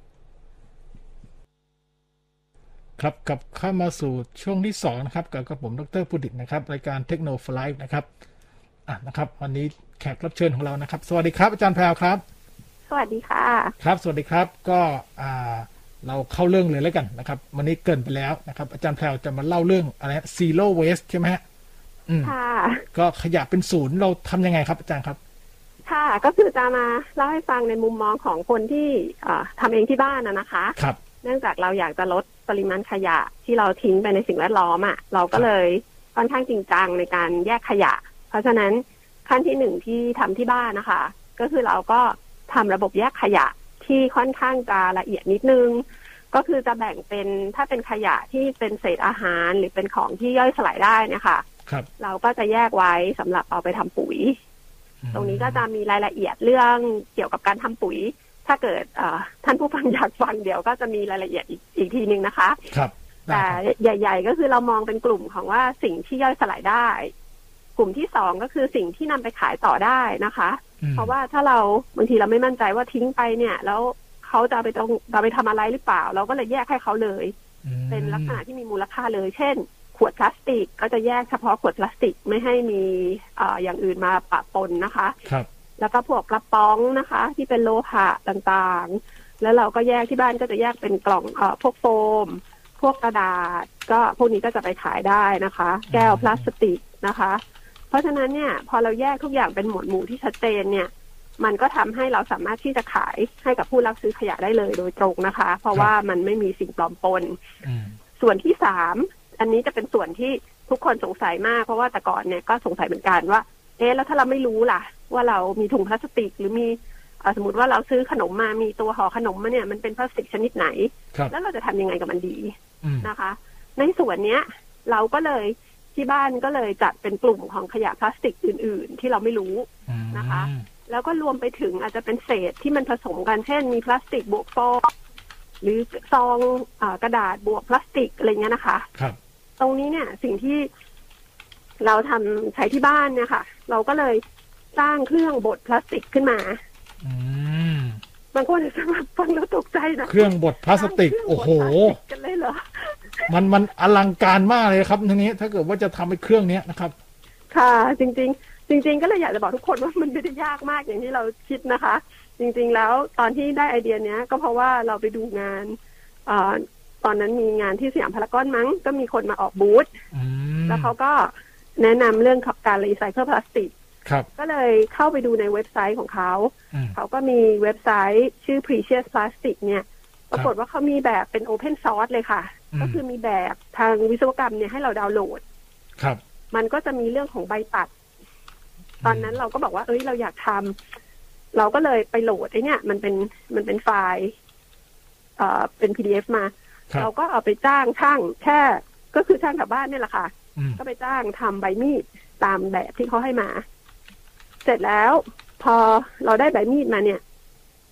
ครับกลับเข้ามาสู่ช่วงที่สองนะครับกับกับผมดร.พุดิตนะครับรายการ Techno for Life นะครับอ่ะนะครับวันนี้แขกรับเชิญของเรานะครับสวัสดีครับอาจารย์แพรวครับสวัสดีค่ะครับสวัสดีครับก็อ่าเราเข้าเรื่องเลยแล้วกันนะครับวันนี้เกินไปแล้วนะครับอาจารย์แพรวจะมาเล่าเรื่องอะไร Zero Waste ใช่ไหมฮะอืมค่ะก็ขยะเป็นศูนย์เราทำยังไงครับอาจารย์ครับค่ะก็คือจะมาเล่าให้ฟังในมุมมองของคนที่ทำเองที่บ้านนะนะคะครับเนื่องจากเราอยากจะลดปริมาณขยะที่เราทิ้งไปในสิ่งแวดล้อมอ่ะเราก็เลยค่อนข้างจริงจังในการแยกขยะเพราะฉะนั้นขั้นที่หนึ่งที่ทำที่บ้านนะคะก็คือเราก็ทำระบบแยกขยะที่ค่อนข้างจะละเอียดนิดนึงก็คือจะแบ่งเป็นถ้าเป็นขยะที่เป็นเศษอาหารหรือเป็นของที่ย่อยสลายได้เนี่ยค่ะเราก็จะแยกไว้สำหรับเอาไปทำปุ๋ยตรงนี้ก็จะมีรายละเอียดเรื่องเกี่ยวกับการทำปุ๋ยถ้าเกิดท่านผู้ฟังอยากฟังเดี๋ยวก็จะมีรายละเอียดอีกอีกทีนึงนะคะครับแต่ใหญ่ๆก็คือเรามองเป็นกลุ่มของว่าสิ่งที่ย่อยสลายได้กลุ่มที่สองก็คือสิ่งที่นำไปขายต่อได้นะคะเพราะว่าถ้าเราบางทีเราไม่มั่นใจว่าทิ้งไปเนี่ยแล้วเขาจะไปตรงเราไปทำอะไรหรือเปล่าเราก็เลยแยกให้เขาเลยเป็นลักษณะที่มีมูลค่าเลยเช่นขวดพลาสติกก็จะแยกเฉพาะขวดพลาสติกไม่ให้มีอ่าอย่างอื่นมาปะปนนะคะครับแล้วก็พวกกระป๋องนะคะที่เป็นโลหะต่างๆแล้วเราก็แยกที่บ้านก็จะแยกเป็นกล่องเอ่อพวกโฟมพวกกระดาษก็พวกนี้ก็จะไปขายได้นะคะแก้วพลาสติกนะคะเพราะฉะนั้นเนี่ยพอเราแยกทุกอย่างเป็นหมวดหมู่ที่ชัดเจนเนี่ยมันก็ทำให้เราสามารถที่จะขายให้กับผู้รับซื้อขยะได้เลยโดยตรงนะคะเพราะว่ามันไม่มีสิ่งปลอมปนส่วนที่สามอันนี้จะเป็นส่วนที่ทุกคนสงสัยมากเพราะว่าแต่ก่อนเนี่ยก็สงสัยเหมือนกันว่าเอ๊ะแล้วถ้าเราไม่รู้ล่ะว่าเรามีถุงพลาสติกหรือมีสมมติว่าเราซื้อขนมมามีตัวห่อขนมมาเนี่ยมันเป็นพลาสติกชนิดไหนแล้วเราจะทำยังไงกับมันดีนะคะในส่วนเนี้ยเราก็เลยที่บ้านก็เลยจัดเป็นกลุ่มของขยะพลาสติกอื่นๆที่เราไม่รู้นะคะแล้วก็รวมไปถึงอาจจะเป็นเศษที่มันผสมกันเช่นมีพลาสติกบวกฟองหรือซองอกระดาษบวกพลาสติกอะไรเงี้ยนะคะครับตรงนี้เนี่ยสิ่งที่เราทำใช้ที่บ้านเนี่ยค่ะเราก็เลยสร้างเครื่องบดพลาสติกขึ้นมาบางคนจะฟังแล้วตกใจนะเครื่องบดพลาสติกโอ้โหกันเลยเหรอมันมันอลังการมากเลยครับทีนี้ถ้าเกิดว่าจะทำให้เครื่องนี้นะครับค่ะจริงๆจริงๆก็เลยอยากจะบอกทุกคนว่ามันไม่ได้ยากมากอย่างที่เราคิดนะคะจริงๆแล้วตอนที่ได้ไอเดียเนี้ยก็เพราะว่าเราไปดูงานอ่าตอนนั้นมีงานที่สยามพารากอนมั้งก็มีคนมาออกบูธแล้วเขาก็แนะนำเรื่องการรีไซเคิลพลาสติกก็เลยเข้าไปดูในเว็บไซต์ของเขาเขาก็มีเว็บไซต์ชื่อ Precious Plastic เนี่ยปรากฏว่าเขามีแบบเป็น Open Source เลยค่ะก็คือมีแบบทางวิศวกรรมเนี่ยให้เราดาวน์โหลดมันก็จะมีเรื่องของใบตัดตอนนั้นเราก็บอกว่าเอ้ยเราอยากทำเราก็เลยไปโหลดไอ้เนี่ยมันเป็นมันเป็นไฟล์เอ่อเป็น พี ดี เอฟ มาเราก็เอาไปจ้างช่างแค่ก็คือช่างแถวบ้านเนี่ยแหละค่ะก็ไปจ้างทำใบมีดตามแบบที่เขาให้มาเสร็จแล้วพอเราได้ใบมีดมาเนี่ย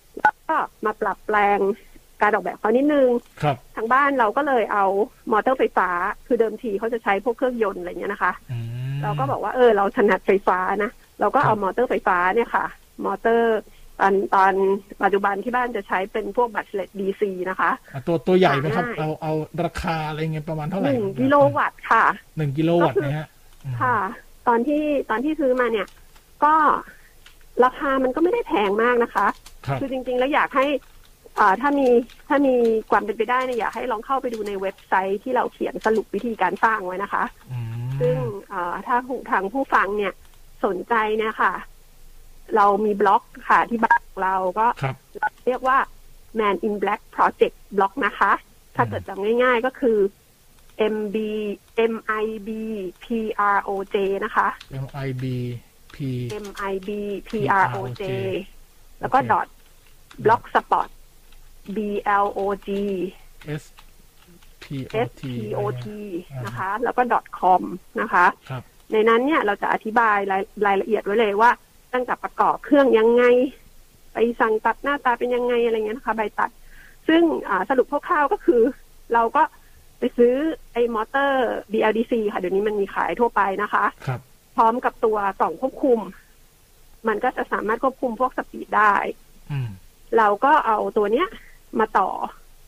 ก็มาปรับแปลงการออกแบบเขานิดนึงครับทางบ้านเราก็เลยเอามอเตอร์ไฟฟ้าคือเดิมทีเขาจะใช้พวกเครื่องยนต์อะไรเงี้ยนะคะเราก็บอกว่าเออเราถนัดไฟฟ้านะเราก็เอามอเตอร์ไฟฟ้าเนี่ยค่ะมอเตอร์ตอนตอนปัจจุบันที่บ้านจะใช้เป็นพวกแบตเตอรี่ ดี ซี นะคะตัวตัวใหญ่ไหมครับเอาเอาราคาอะไรเงี้ยประมาณเท่าไหร่หนึ่งกิโลวัตต์ค่ะหนึ่งกิโลวัตต์นะฮะค่ะตอนที่ตอนที่ซื้อมาเนี่ยก็ราคามันก็ไม่ได้แพงมากนะคะคือจริงๆแล้วอยากให้อ่าถ้ามีถ้ามีความเป็นไปได้เนี่ยอยากให้ลองเข้าไปดูในเว็บไซต์ที่เราเขียนสรุปวิธีการสร้างไว้นะคะซึ่งอ่าถ้าทางผู้ฟังเนี่ยสนใจเนี่ยค่ะเรามีบล็อกค่ะที่บ้านเราก็เรียกว่า Man in Black Project บล็อกนะคะถ้าเกิดจำง่ายๆก็คือ M B M I B P R O J นะคะ M I B P M I B P R O J แล้วก็ dot blogspot B L O G S P O T นะคะแล้วก็ .com นะคะในนั้นเนี่ยเราจะอธิบายรายรายละเอียดไว้เลยว่าตั้งแต่ประกอบเครื่องยังไงไปสั่งตัดหน้าตาเป็นยังไงอะไรเงี้ยนะคะใบตัดซึ่งสรุปคร่าวๆก็คือเราก็ไปซื้อไอ้มอเตอร์ บี แอล ดี ซี ค่ะเดี๋ยวนี้มันมีขายทั่วไปนะคะพร้อมกับตัวกล่องควบคุมมันก็จะสามารถควบคุมพวกสปีดได้เราก็เอาตัวเนี้ยมาต่อ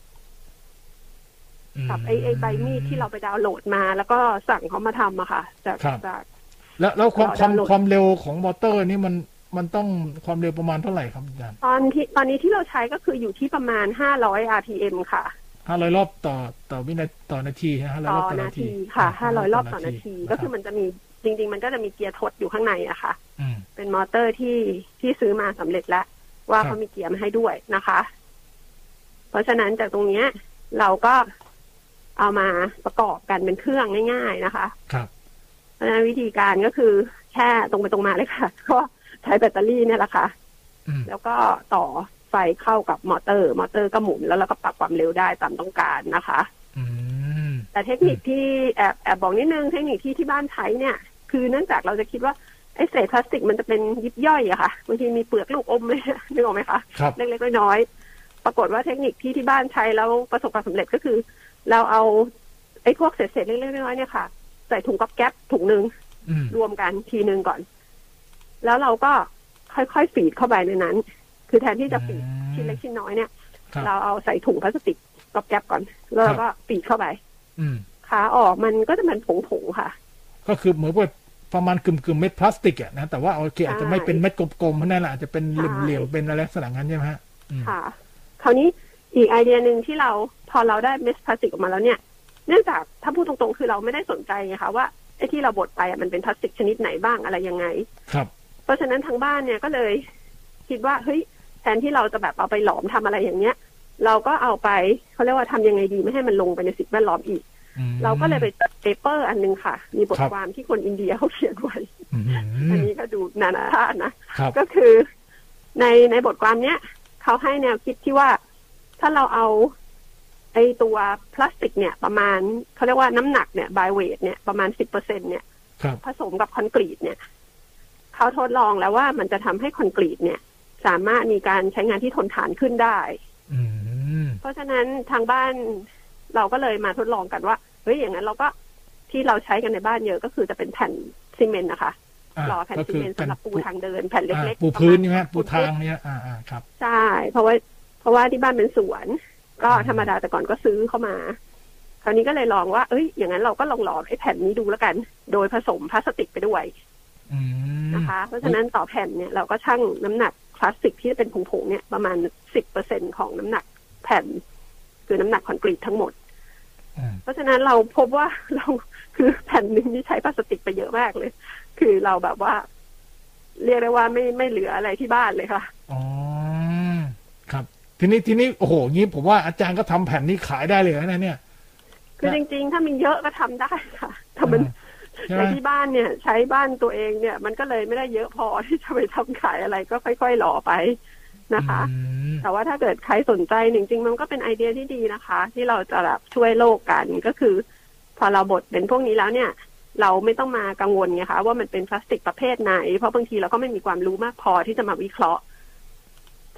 กับไอ้ไอ้ใบมีดที่เราไปดาวน์โหลดมาแล้วก็สั่งเขามาทำอะค่ะจากจากแล้วแล้วความความความเร็วของมอเตอร์นี่มันมันต้องความเร็วประมาณเท่าไหร่ครับอาจารย์ตอนที่ตอนนี้ที่เราใช้ก็คืออยู่ที่ประมาณห้าร้อย อาร์ พี เอ็ม ค่ะห้าร้อยรอบต่อต่อวินาทีต่อนาทีฮะห้าร้อยรอบต่อนาทีค่ะห้าร้อยรอบต่อนาทีก็คือมันจะมีจริงๆมันก็จะมีเกียร์ทดอยู่ข้างในอะค่ะเป็นมอเตอร์ที่ที่ซื้อมาสำเร็จแล้วว่าเขามีเกียร์มาให้ด้วยนะคะเพราะฉะนั้นจากตรงนี้เราก็เอามาประกอบกันเป็นเครื่องง่ายๆนะคะครับเพราะฉะนั้นวิธีการก็คือแค่ตรงไปตรงมาเลยค่ะก็ใช้แบตเตอรี่เนี่ยแหละค่ะแล้วก็ต่อไฟเข้ากับมอเตอร์มอเตอร์ก็หมุนแล้วเราก็ปรับความเร็วได้ตามต้องการนะคะแต่เทคนิคที่แอบแอบบอกนิดนึงเทคนิคที่ที่บ้านใช้เนี่ยคือเนื่องจากเราจะคิดว่าไอ้เศษพลาสติกมันจะเป็นยิบย่อยอะค่ะบางทีมีเปลือกลูกอมเลยนึกออกไหมคะเล็กๆน้อยๆปรากฏว่าเทคนิคที่ที่บ้านใช้แล้วประสบความสำเร็จก็คือเราเอาไอ้พวกเศษๆเล็กๆน้อยๆเนี่ยค่ะใส่ถุงก๊อบแก๊ปถุงนึงรวมกันทีนึงก่อนแล้วเราก็ค่อยๆฝีดเข้าไปในนั้นคือแทนที่จะฝีดชิ้นเล็กชิ้นน้อยเนี่ยเราเอาใส่ถุงพลาสติกก๊อบแก๊ปก่อนแล้วเราก็ฝีดเข้าไปขาออกมันก็จะเป็นผงๆค่ะก็คือเหมือนว่าประมาณกึ่มกึ่มเม็ดพลาสติกอ่ะนะแต่ว่าโอเคอาจจะไม่เป็นเม็ดกลมๆเพราะนั่นแหละอาจจะเป็นเหลี่ยมๆเป็นอะไรลักษณะนั้นใช่ไหมฮะค่ะคราวนี้อีกไอเดียหนึ่งที่เราพอเราได้เม็ดพลาสติกออกมาแล้วเนี่ยเนื่องจากถ้าพูดตรงๆคือเราไม่ได้สนใจไงคะว่าไอ้ที่เราบดไปอ่ะมันเป็นพลาสติกชนิดไหนบ้างอะไรยังไงครับเพราะฉะนั้นทางบ้านเนี่ยก็เลยคิดว่าเฮ้ยแทนที่เราจะแบบเอาไปหลอมทำอะไรอย่างเงี้ยเราก็เอาไปเขาเรียกว่าทำยังไงดีไม่ให้มันลงไปในสิ่งแวดล้อมอีกเราก็เลยไปเปเปอร์อันนึงค่ะมีบทความที่คนอินเดียเขาเขียนไว้อันนี้ก็ดูนานาชาตินะก็คือในในบทความเนี้ยเขาให้แนวคิดที่ว่าถ้าเราเอาไอตัวพลาสติกเนี่ยประมาณเขาเรียกว่าน้ำหนักเนี่ยบายเวทเนี่ยประมาณสิบเปอร์เซ็นเนี่ยผสมกับคอนกรีตเนี่ยเขาทดลองแล้วว่ามันจะทำให้คอนกรีตเนี่ยสามารถมีการใช้งานที่ทนทานขึ้นได้เพราะฉะนั้นทางบ้านเราก็เลยมาทดลองกันว่าเฮ้ยอย่างนั้นเราก็ที่เราใช้กันในบ้านเยอะก็คือจะเป็นแผ่นซีเมนต์นะคะหล่อแผ่นซีเมนต์สำหรับปูทางเดินแผ่นเล็กๆปูพื้นใช่ไหมปูทางเนี่ยอ่าๆครับใช่เพราะว่าเพราะว่าที่บ้านเป็นสวนก็ธรรมดาแต่ก่อนก็ซื้อเข้ามาคราวนี้ก็เลยลองว่าเอ้ยอย่างนั้นเราก็ลองหล่อไอ้แผ่นนี้ดูแล้วกันโดยผสมพลาสติกไปด้วยนะคะเพราะฉะนั้นต่อแผ่นเนี่ยเราก็ชั่งน้ำหนักพลาสติกที่เป็นผงๆเนี่ยประมาณสิบเปอร์เซ็นของน้ำหนักแผ่นคือน้ำหนักคอนกรีตทั้งหมดเพราะฉะนั้นเราพบว่าเราคือแผ่นหนึ่งนี่ใช้พลาสติกไปเยอะมากเลยคือเราแบบว่าเรียกได้ว่าไม่ไม่เหลืออะไรที่บ้านเลยค่ะอ๋อครับทีนี้ทีนี้โอ้โหงี้ผมว่าอาจารย์ก็ทำแผ่นนี้ขายได้เลยนะเนี่ยคือจริงๆถ้ามีเยอะก็ทำได้ค่ะแต่มันในที่บ้านเนี่ยใช้บ้านตัวเองเนี่ยมันก็เลยไม่ได้เยอะพอที่จะไปทำขายอะไรก็ค่อยๆหล่อไปนะคะแต่ว่าถ้าเกิดใครสนใจจริงๆมันก็เป็นไอเดียที่ดีนะคะที่เราจะแบบช่วยโลกกันก็คือพอเราบดเป็นพวกนี้แล้วเนี่ยเราไม่ต้องมากังวลไงคะว่ามันเป็นพลาสติกประเภทไหนเพราะบางทีเราก็ไม่มีความรู้มากพอที่จะมาวิเคราะห์ท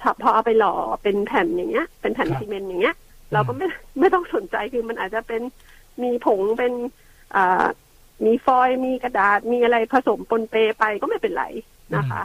พอเอาไปหล่อเป็นแผ่นอย่างเงี้ยเป็นแผ่นซีเมนต์อย่างเงี้ยเราก็ไม่ไม่ต้องสนใจคือมันอาจจะเป็นมีผงเป็นอ่ามีฟอยล์มีกระดาษมีอะไรผสมปนเปไปก็ไม่เป็นไรนะคะ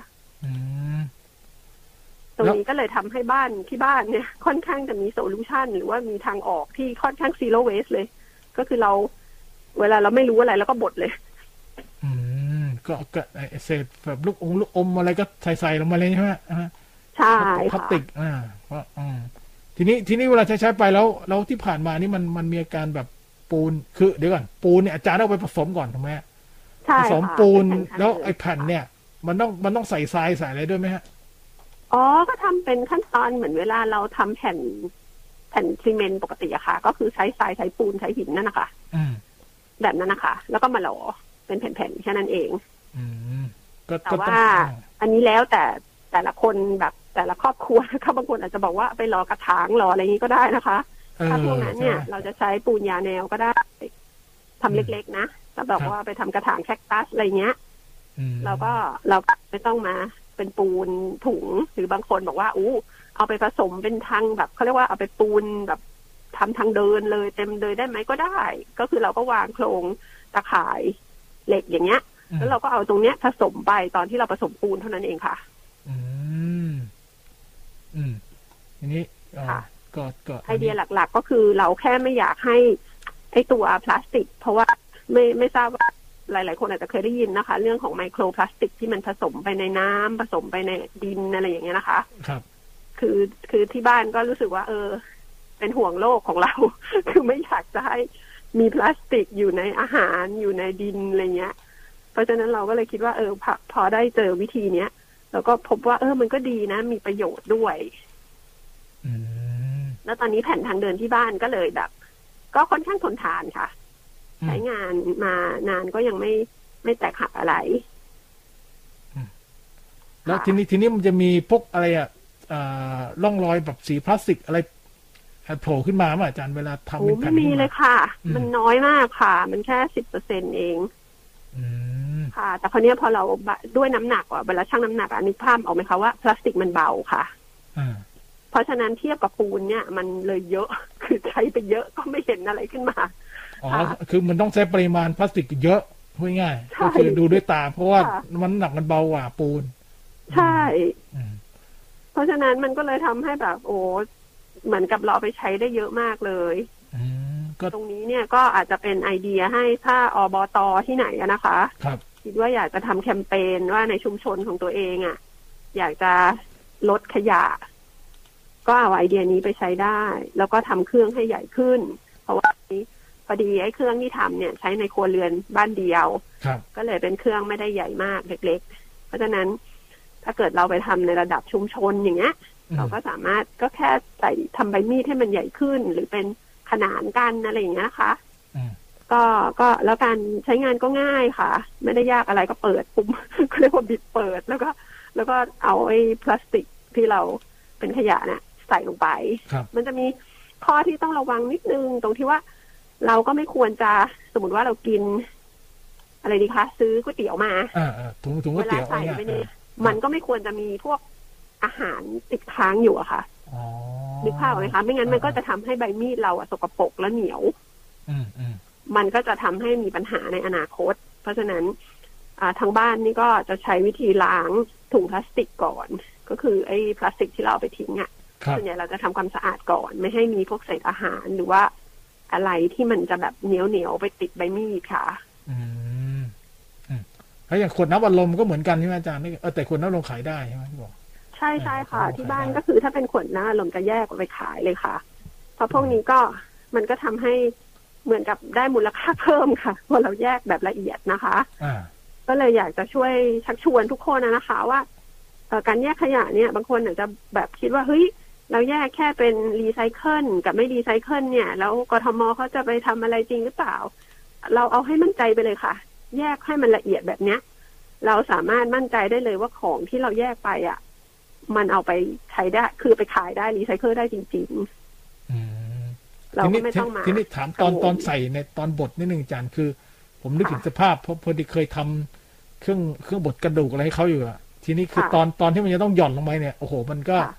ตรงนี้ก็เลยทำให้บ้านที่บ้านเนี่ยค่อนข้างจะมีโซลูชันหรือว่ามีทางออกที่ค่อนข้างซีโร่เวสเลยก็คือเราเวลาเราไม่รู้อะไรแล้วก็บดเลยอืมก็ก็เศษแบบลูกองลูกอมอะไรก็ใส่ใส่ลงมาเลยใช่ไหมใช่พลาสติกอ่าเพราะอืมทีนี้ทีนี้เวลาใช้ใช้ไปแล้วแล้วที่ผ่านมานี่มันมันมีอาการแบบปูนคือเดี๋ยวก่อนปูนเนี่ยอาจารย์เอาไปผสมก่อนถูกไหมผสมปูนแล้วไอ้แผ่นเนี่ยมันต้องมันต้องใส่ทรายใส่อะไรด้วยไหมฮะอ๋อก็ทำเป็นขั้นตอนเหมือนเวลาเราทำแผ่นแผ่นซีเมนต์ปกติอะค่ะก็คือใช้ทรายใช้ปูนใช้หินนั่นนะคะแบบนั้นนะคะแล้วก็มาหล่อเป็นแผ่นๆแค่นั้นเองแต่ว่าอันนี้แล้วแต่แต่ละคนแบบแต่ละครอบครัวนะคะบางคนอาจจะบอกว่าไปหล่อกระถางหล่ออะไรนี้ก็ได้นะคะถ้าพวกนั้นเนี่ยเราจะใช้ปูนยาแนวก็ได้ทำเล็กๆนะแต่บอกว่าไปทำกระถางแคคตัสอะไรเงี้ยเราก็เราไม่ต้องมาเป็นปูนถุงหรือบางคนบอกว่าอู้เอาไปผสมเป็นทางแบบเขาเรียกว่าเอาไปปูนแบบทำทางเดินเลยเต็มเลยได้ไหมก็ได้ก็คือเราก็วางโครงตะข่ายเหล็กอย่างเงี้ยแล้วเราก็เอาตรงเนี้ยผสมไปตอนที่เราผสมปูนเท่านั้นเองค่ะอืมอืมทีนี้ค่ะก็ก็ไอเดียหลักๆก็คือเราแค่ไม่อยากให้ไอตัวพลาสติกเพราะว่าไม่ไม่ทราบว่าหลายๆคนอาจจะเคยได้ยินนะคะเรื่องของไมโครพลาสติกที่มันผสมไปในน้ำผสมไปในดินอะไรอย่างเงี้ยนะคะครับคือคือที่บ้านก็รู้สึกว่าเออเป็นห่วงโลกของเรา คือไม่อยากจะให้มีพลาสติกอยู่ในอาหารอยู่ในดินอะไรเงี้ยเพราะฉะนั้นเราก็เลยคิดว่าเออพอพอได้เจอวิธีเนี้ยเราก็พบว่าเออมันก็ดีนะมีประโยชน์ด้วยแล้วตอนนี้แผ่นทางเดินที่บ้านก็เลยแบบก็ค่อนข้างทนทานค่ะใช้งานมานานก็ยังไม่ไม่แตกหักอะไรแล้วทีนี้ทีนี้มันจะมีพวกอะไรอ่ะร่องรอยแบบสีพลาสติกอะไรโผล่ขึ้นมาไหมอาจารย์เวลาทำเป็นแผ่นไม่มีเลยค่ะมันน้อยมากค่ะมันแค่สิบเปอร์เซ็นต์เองค่ะแต่คราวนี้พอเราด้วยน้ำหนักอ่ะเวลาชั่งน้ำหนักอ่ะนึกภาพออกไหมคะว่าพลาสติกมันเบาค่ะเพราะฉะนั้นเทียบกับปูนเนี่ยมันเลยเยอะคือใช้ไปเยอะก็ไม่เห็นอะไรขึ้นมาอ๋อคือมันต้องใช้ปริมาณพลาสติกเยอะพูดง่ายก็คือดูด้วยตาเพราะว่ามันหนักมันเบากว่าปูนใช่เพราะฉะนั้นมันก็เลยทำให้แบบโอ้เหมือนกับเราไปใช้ได้เยอะมากเลยตรงนี้เนี่ยก็อาจจะเป็นไอเดียให้ถ้าอบต.ที่ไหนนะคะครับคิดว่าอยากจะทำแคมเปญว่าในชุมชนของตัวเองอ่ะอยากจะลดขยะก็เอาไอเดียนี้ไปใช้ได้แล้วก็ทำเครื่องให้ใหญ่ขึ้นเพราะว่าพอดีไอ้เครื่องที่ทำเนี่ยใช้ในครัวเรือนบ้านเดียวก็เลยเป็นเครื่องไม่ได้ใหญ่มากเล็กๆเพราะฉะนั้นถ้าเกิดเราไปทำในระดับชุมชนอย่างเงี้ยเราก็สามารถก็แค่ใส่ทำใบมีดให้มันใหญ่ขึ้นหรือเป็นขนานกันอะไรอย่างเงี้ยนะคะก็ก็แล้วการใช้งานก็ง่ายค่ะไม่ได้ยากอะไรก็เปิดปุ่มเรียกว่าบิดเปิดแล้วก็แล้วก็เอาไอ้พลาสติกที่เราเป็นขยะเนี่ยใส่ลงไปมันจะมีข้อที่ต้องระวังนิดนึงตรงที่ว่าเราก็ไม่ควรจะสมมติว่าเรากินอะไรดีคะซื้อก๋วยเตี๋ยวมาถุงถุงก๋วยเตี๋ยวใส่ไปเนี่ยมันก็ไม่ควรจะมีพวกอาหารติดค้างอยู่อะค่ะนึกภาพไหมคะไม่งั้นมันก็จะทำให้ใบมีดเราอะสกปรกและเหนียวมันก็จะทำให้มีปัญหาในอนาคตเพราะฉะนั้นทางบ้านนี่ก็จะใช้วิธีล้างถุงพลาสติกก่อนก็คือไอ้พลาสติกที่เราเอาไปทิ้งอ่ะส่วนใหญ่เราจะทำความสะอาดก่อนไม่ให้มีพวกเศษอาหารหรือว่าอะไรที่มันจะแบบเหนียวเหนียวไปติดใบมีดค่ะอืมอืมแล้วอย่างขวดน้ำอัดลมก็เหมือนกันใช่ไหมอาจารย์เออแต่ขวดน้ำอัดลมขายได้ใช่ไหมที่บอกใช่ใช่ค่ะที่บ้านก็คือถ้าเป็นขวดน้ำอัดลมจะแยกออกไปขายเลยค่ะเพราะพวกนี้ก็มันก็ทำให้เหมือนกับได้มูลค่าเพิ่มค่ะพอเราแยกแบบละเอียดนะคะอ่าก็เลยอยากจะช่วยชักชวนทุกคนนะคะว่าการแยกขยะเนี่ยบางคนอาจจะแบบคิดว่าเฮ้ยเราแยกแค่เป็นรีไซเคิลกับไม่รีไซเคิลเนี่ยแล้วกทม.เขาจะไปทำอะไรจริงหรือเปล่าเราเอาให้มั่นใจไปเลยค่ะแยกให้มันละเอียดแบบเนี้ยเราสามารถมั่นใจได้เลยว่าของที่เราแยกไปอ่ะมันเอาไปใช้ได้คือไปขายได้รีไซเคิลได้จริงๆเราไม่ต้องมาทีนี้ถามตอนตอนใส่ในตอนบดนิดนึงอาจารย์คือผมนึกถึงสภาพเพราะพอดีเคยทำเครื่องเครื่องบดกระดูกอะไรให้เขาอยู่อะทีนี้คือตอนตอนที่มันจะต้องหย่อนลงไปเนี่ยโอ้โหมันก็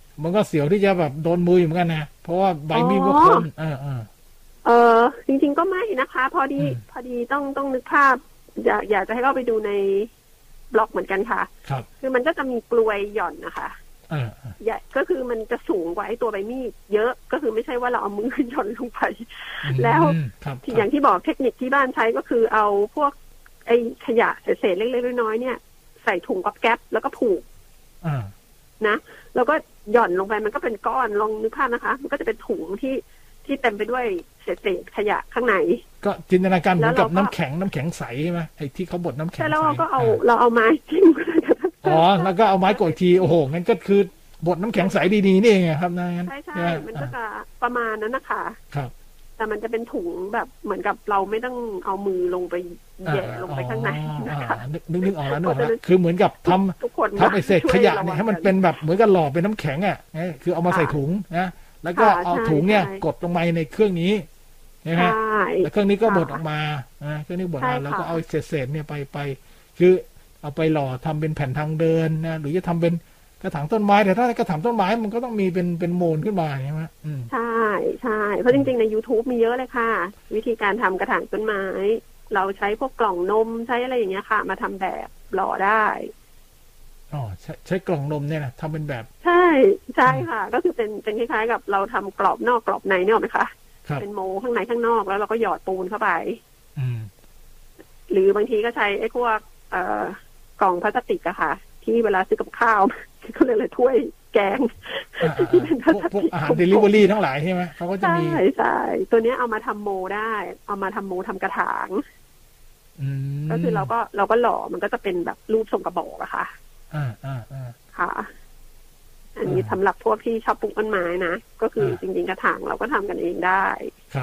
มันก็เสียวที่จะแบบโดนมืออยู่เหมือนกันนะเพราะว่าใบมีดก็คมเออเออเออจริงๆก็ไม่นะคะ พอดีพอดีต้องต้องนึกภาพอยากอยากจะให้เราไปดูในบล็อกเหมือนกันค่ะครับคือมันก็จะมีกลวยหย่อนนะคะเออใหญ่ก็คือมันจะสูงกว่าไอ้ตัวใบมีดเยอะก็คือไม่ใช่ว่าเราเอามือหย่อนลงไปแล้วที่อย่างที่บอกเทคนิคที่บ้านใช้ก็คือเอาพวกไอ้ขยะเศษๆเล็กๆน้อยๆเนี่ยใส่ถุงก๊อบแก๊บแล้วก็ผูกนะแล้วก็หย่อนลงไปมันก็เป็นก้อนลองนึกภาพนะคะมันก็จะเป็นถุงที่ที่เต็มไปด้วยเศษๆขยะข้างในก็จินตนาการเหมือนกับน้ำแข็งน้ำแข็งใสใช่ไหมไอ้ที่เขาบดน้ำแข็งใสแล้วเราก็เอาเราเอาไม้จิ้มอ๋อแล้วก็เอาไม้กดทีโอ้โหงั้นก็คือบดน้ำแข็งใสดีๆนี่เองครับนะงั้นใช่ใช่มันก็จะประมาณนั้นนะคะครับแต่มันจะเป็นถุงแบบเหมือนกับเราไม่ต้องเอามือลงไปแย่ลงไปข้างในนะคะนึกนึกออกแล้วนึกออกแล้วคือเหมือนกับทำทำไอเศษขยะเนี่ยให้มันเป็นแบบเหมือนกับหล่อเป็นน้ำแข็งอ่ะคือเอามาใส่ถุงนะแล้วก็เอาถุงเนี่ยกดลงไปในเครื่องนี้นะฮะแล้วเครื่องนี้ก็บดออกมานะเครื่องนี้บดออกมาแล้วก็เอาเศษๆเนี่ยไปไปคือเอาไปหล่อทำเป็นแผ่นทางเดินนะหรือจะทำเป็นกระถางต้นไม้แต่ถ้ากระถางต้นไม้มันก็ต้องมีเป็นเป็นโมนขึ้นมาใช่ไหมใช่ใช่เพราะจริงๆใน YouTube มีเยอะเลยค่ะวิธีการทำกระถางต้นไม้เราใช้พวกกล่องนมใช้อะไรอย่างเงี้ยค่ะมาทำแบบหล่อได้อ๋อใช้ใช้กล่องนมเนี่ยนะทำเป็นแบบใช่ใช่ค่ะก็คือเป็นเป็นคล้ายๆกับเราทำกรอบนอกกรอบในเนี่ยหรอไหมคะเป็นโมข้างในข้างนอกแล้วเราก็หยอดปูนเข้าไปหรือบางทีก็ใช้ไอ้พวกเอ่อกล่องพลาสติกอะค่ะที่เวลาซื้อกับข้าวเขาเรียกเลยถ้วยแกงที่เป็นพลาสติกอาหารเดลิเวอรี่ทั้งหลายใช่ไหมเขาก็จะมีใช่ใช่ตัวนี้เอามาทำโมได้เอามาทำโมทำกระถางก็คือเราก็เราก็หล่อมันก็จะเป็นแบบรูปทรงกระบอกอะค่ะอ่าอ่าอ่าค่ะอันนี้สำหรับพวกที่ชอบปลูกต้นไม้นะก็คือจริงๆกระถางเราก็ทำกันเองได้ครับ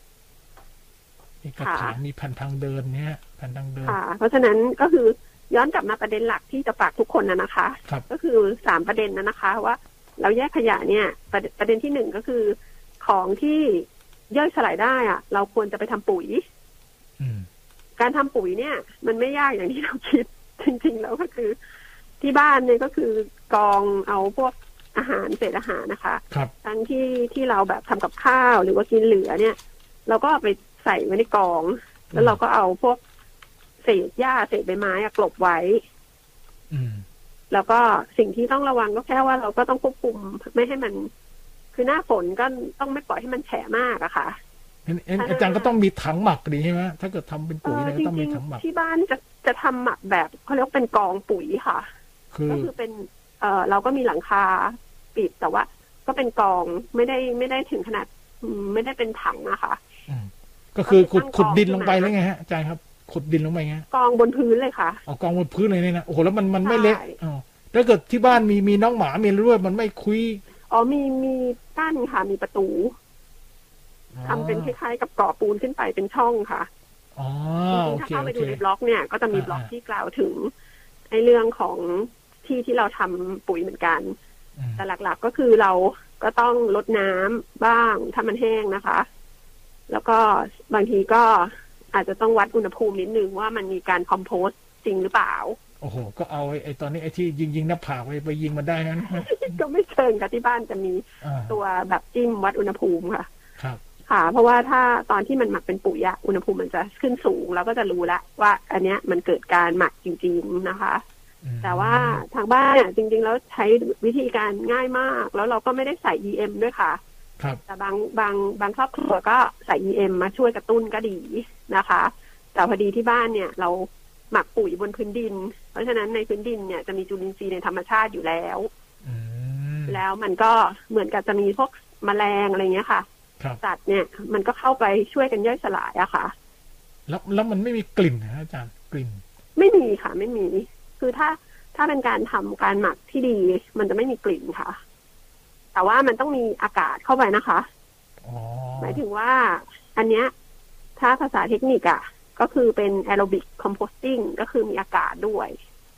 กระถางมีแผ่นทางเดินเนี่ยแผ่นทางเดินค่ะเพราะฉะนั้นก็คือย้อนกลับมาประเด็นหลักที่จะฝากทุกคนนะนะคะก็คือสามประเด็นนะนะคะว่าเราแยกขยะเนี่ยประประเด็นที่หนึ่งก็คือของที่ย่อยสลายได้อะเราควรจะไปทำปุ๋ยการทำปุ๋ยเนี่ยมันไม่ยากอย่างที่เราคิดจริงๆแล้วก็คือที่บ้านเนี่ยก็คือกองเอาพวกอาหารเศษอาหารนะคะทั้งที่ที่เราแบบทำกับข้าวหรือว่ากินเหลือเนี่ยเราก็ไปใส่ไว้ในกองแล้วเราก็เอาพวกเศษหญ้าเศษใบไม้กลบไว้แล้วก็สิ่งที่ต้องระวังก็แค่ว่าเราก็ต้องควบคุมไม่ให้มันคือหน้าฝนก็ต้องไม่ปล่อยให้มันแฉะมากอะค่ะอาจารย์ก็ต้องมีถังหมักดีใช่ไหมถ้าเกิดทำเป็นปุ๋ยเนี่ยต้องมีถังหมักที่บ้านจะจะทำหมักแบบเขาเรียกเป็นกองปุ๋ยค่ะก็คือเป็นเอ่อเราก็มีหลังคาปิดแต่ว่าก็เป็นกองไม่ได้ไม่ได้ถึงขนาดไม่ได้เป็นถังนะคะก็คือขุดขุดดินลงไปแล้วไงฮะอาจารย์ครับขุดดินลงไปไงกองบนพื้นเลยค่ะอ๋อกองบนพื้นเลยเนี่ยนะโอ้โหแล้วมันมันไม่เละอ๋อถ้าเกิดที่บ้านมีมีน้องหมามีด้วยมันไม่คุยอ๋อมีมีกั้นค่ะมีประตูทำเป็นคล้ายๆกับก่อปูนขึ้นไปเป็นช่องค่ะอ๋อถ้าเข้าไปดูในบล็อกเนี่ยก็จะมีบล็อกที่กล่าวถึงไอ้เรื่องของที่ที่เราทำปุ๋ยเหมือนกันแต่หลักๆก็คือเราก็ต้องลดน้ำบ้างถ้ามันแห้งนะคะแล้วก็บางทีก็อาจจะต้องวัดอุณหภูมินิดนึงว่ามันมีการคอมโพสจริงหรือเปล่าโอ้โหก็เอาไอ้ตอนนี้ไอ้ที่ยิงยิงหน้าผากไปไปยิงมันได้นั้นก็ไม่เชิงค่ะที่บ้านจะมีตัวแบบจิ้มวัดอุณหภูมิค่ะครับค่ะเพราะว่าถ้าตอนที่มันหมักเป็นปุ๋ยอะอุณหภูมิมันจะขึ้นสูงเราก็จะรู้แล้วว่าอันเนี้ยมันเกิดการหมักจริงๆนะคะแต่ว่าทางบ้านเนี่ยจริงๆแล้วใช้วิธีการง่ายมากแล้วเราก็ไม่ได้ใส่ อี เอ็ม ด้วยค่ะแต่บางบางบางครอบครัวก็ใส่ อี เอ็ม มาช่วยกระตุ้นก็ดีนะคะแต่พอดีที่บ้านเนี่ยเราหมักปุ๋ยบนพื้นดินเพราะฉะนั้นในพื้นดินเนี่ยจะมีจุลินทรีย์ในธรรมชาติอยู่แล้วแล้วมันก็เหมือนกับจะมีพวกแมลงอะไรเงี้ยค่ะสัตว์เนี่ยมันก็เข้าไปช่วยกันย่อยสลายอะค่ะแล้วแล้วมันไม่มีกลิ่นนะอาจารย์กลิ่นไม่มีค่ะไม่มีคือถ้าถ้าเป็นการทำการหมักที่ดีมันจะไม่มีกลิ่นค่ะแต่ว่ามันต้องมีอากาศเข้าไปนะคะหมายถึงว่าอันเนี้ยถ้าภาษาเทคนิคอะก็คือเป็นแอโรบิกคอมโพสติ้งก็คือมีอากาศด้วย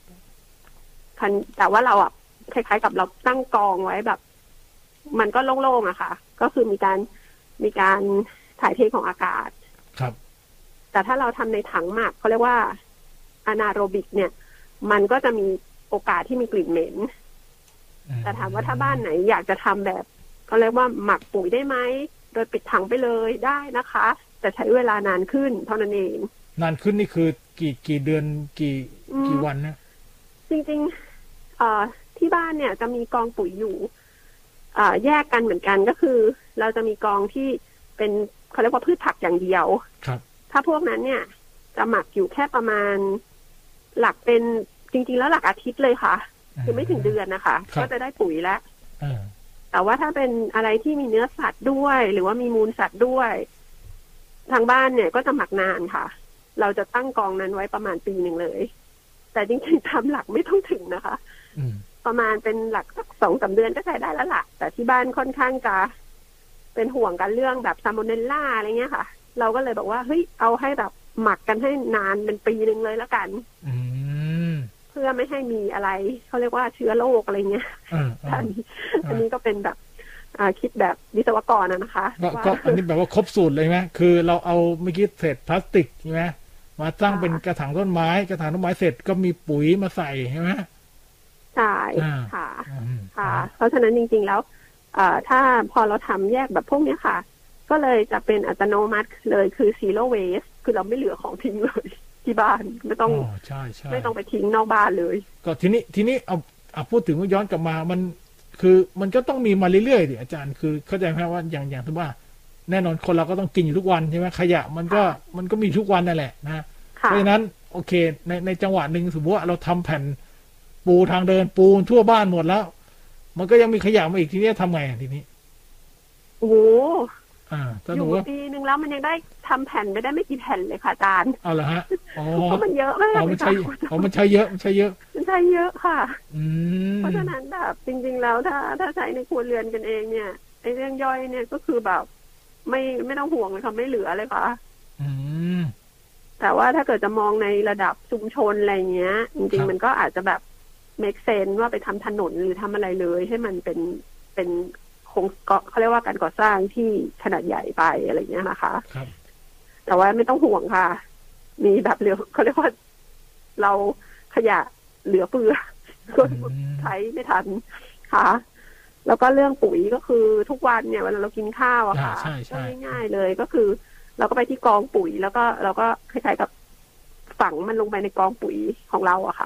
แต่ว่าเราอะคล้ายๆกับเราตั้งกองไว้แบบมันก็โล่งๆอะค่ะก็คือมีการมีการถ่ายเทของอากาศครับแต่ถ้าเราทำในถังหมักเขาเรียกว่าอนาโรบิกเนี่ยมันก็จะมีโอกาสที่มีกลิ่นเหม็นแต่ถามว่าถ้าบ้านไหนอยากจะทำแบบเขาเรียกว่าหมักปุ๋ยได้ไหมโดยปิดถังไปเลยได้นะคะแต่ใช้เวลานานขึ้นเท่านั้นเองนานขึ้นนี่คือกี่กี่เดือนกี่กี่วันนะจริงๆเอ่อที่บ้านเนี่ยจะมีกองปุ๋ยอยู่อ่าแยกกันเหมือนกันก็คือเราจะมีกองที่เป็นเขาเรียกว่าพืชผักอย่างเดียวครับถ้าพวกนั้นเนี่ยจะหมักอยู่แค่ประมาณหลักเป็นจริงๆแล้วหลักอาทิตย์เลยค่ะคือไม่ถึงเดือนนะคะก็จะได้ปุ๋ยแล้วแต่ว่าถ้าเป็นอะไรที่มีเนื้อสัตว์ด้วยหรือว่ามีมูลสัตว์ด้วยทางบ้านเนี่ยก็จะหมักนานค่ะเราจะตั้งกองนั้นไว้ประมาณปีหนึ่งเลยแต่จริงๆทำหลักไม่ต้องถึงนะคะประมาณเป็นหลักสักสองสามเดือนก็ใช้ได้แล้วล่ะแต่ที่บ้านค่อนข้างจะเป็นห่วงกันเรื่องแบบซาโมเนลล่าอะไรเงี้ยค่ะเราก็เลยบอกว่าเฮ้ยเอาให้แบบหมักกันให้นานเป็นปีหนึ่งเลยแล้วกันเพื่อไม่ให้มีอะไรเขาเรียกว่าเชื้อโรคอะไรเงี้ยอันนี้อันนี้ก็เป็นแบบคิดแบบวิศวกรนะนะคะก็อันนี้แบบว่าครบสูตรเลยไหมคือเราเอาเมื่อกี้เศษพลาสติกใช่ไหมมาตั้งเป็นกระถางต้นไม้กระถางต้นไม้เสร็จก็มีปุ๋ยมาใส่ใช่ไหมใช่ค่ะค่ะเพราะฉะนั้นจริงๆแล้วถ้าพอเราทำแยกแบบพวกนี้ค่ะก็เลยจะเป็นอัตโนมัติเลยคือ zero waste คือเราไม่เหลือของทิ้งเลยที่บ้านไม่ต้องไม่ต้องไปทิ้งนอกบ้านเลยก็ทีนี้ทีนี้เอาเอาพูดถึงว่าย้อนกลับมามันคือมันก็ต้องมีมาเรื่อยๆดิอาจารย์คือเข้าใจไหมว่าอย่างอย่างที่ว่าแน่นอนคนเราก็ต้องกินอยู่ทุกวันใช่ไหมขยะมันก็มันก็มีทุกวันนั่นแหละนะเพราะฉะนั้นโอเคในในจังหวะหนึ่งสมมติว่าเราทำแผ่นปูทางเดินปูทั่วบ้านหมดแล้วมันก็ยังมีขยะมาอีกทีนี้ทำไงทีนี้โอ้โหอ่าอยู่ปีนึงแล้วมันยังได้ทำแผ่นไม่ได้ไม่กี่แผ่นเลยค่ะอาจารย์เอาเหรอฮะอ๋อเพราะมันเยอะมากอ๋อมันใช่อ๋อมันใช้เยอะมันใช้เยอะมันใช้เยอะค่ะอืมเพราะฉะนั้นแบบจริงๆแล้วถ้าถ้าใช้ในครัวเรือนกันเองเนี่ยไอ้เรื่องย่อยเนี่ยก็คือแบบไม่ไม่ต้องห่วงเลยค่ะไม่เหลือเลยค่ะอืมแต่ว่าถ้าเกิดจะมองในระดับชุมชนอะไรเงี้ยจริงๆมันก็อาจจะแบบ make sense ว่าไปทำถนนหรือทำอะไรเลยให้มันเป็นเป็นคงเขาเรียกว่าการก่อสร้างที่ขนาดใหญ่ไปอะไรเงี้ยนะคะครับแต่ว่าไม่ต้องห่วงค่ะมีแบบเหลือเขาเรียกว่าเราขยะเหลือเฟือก็ใช้ไม่ทันค่ะแล้วก็เรื่องปุ๋ยก็คือทุกวันเนี่ยเวลาเรากินข้าวอะค่ะก็ง่ายๆเลยก็คือเราก็ไปที่กองปุ๋ยแล้วก็เราก็คล้ายๆกับฝังมันลงไปในกองปุ๋ยของเราอะค่ะ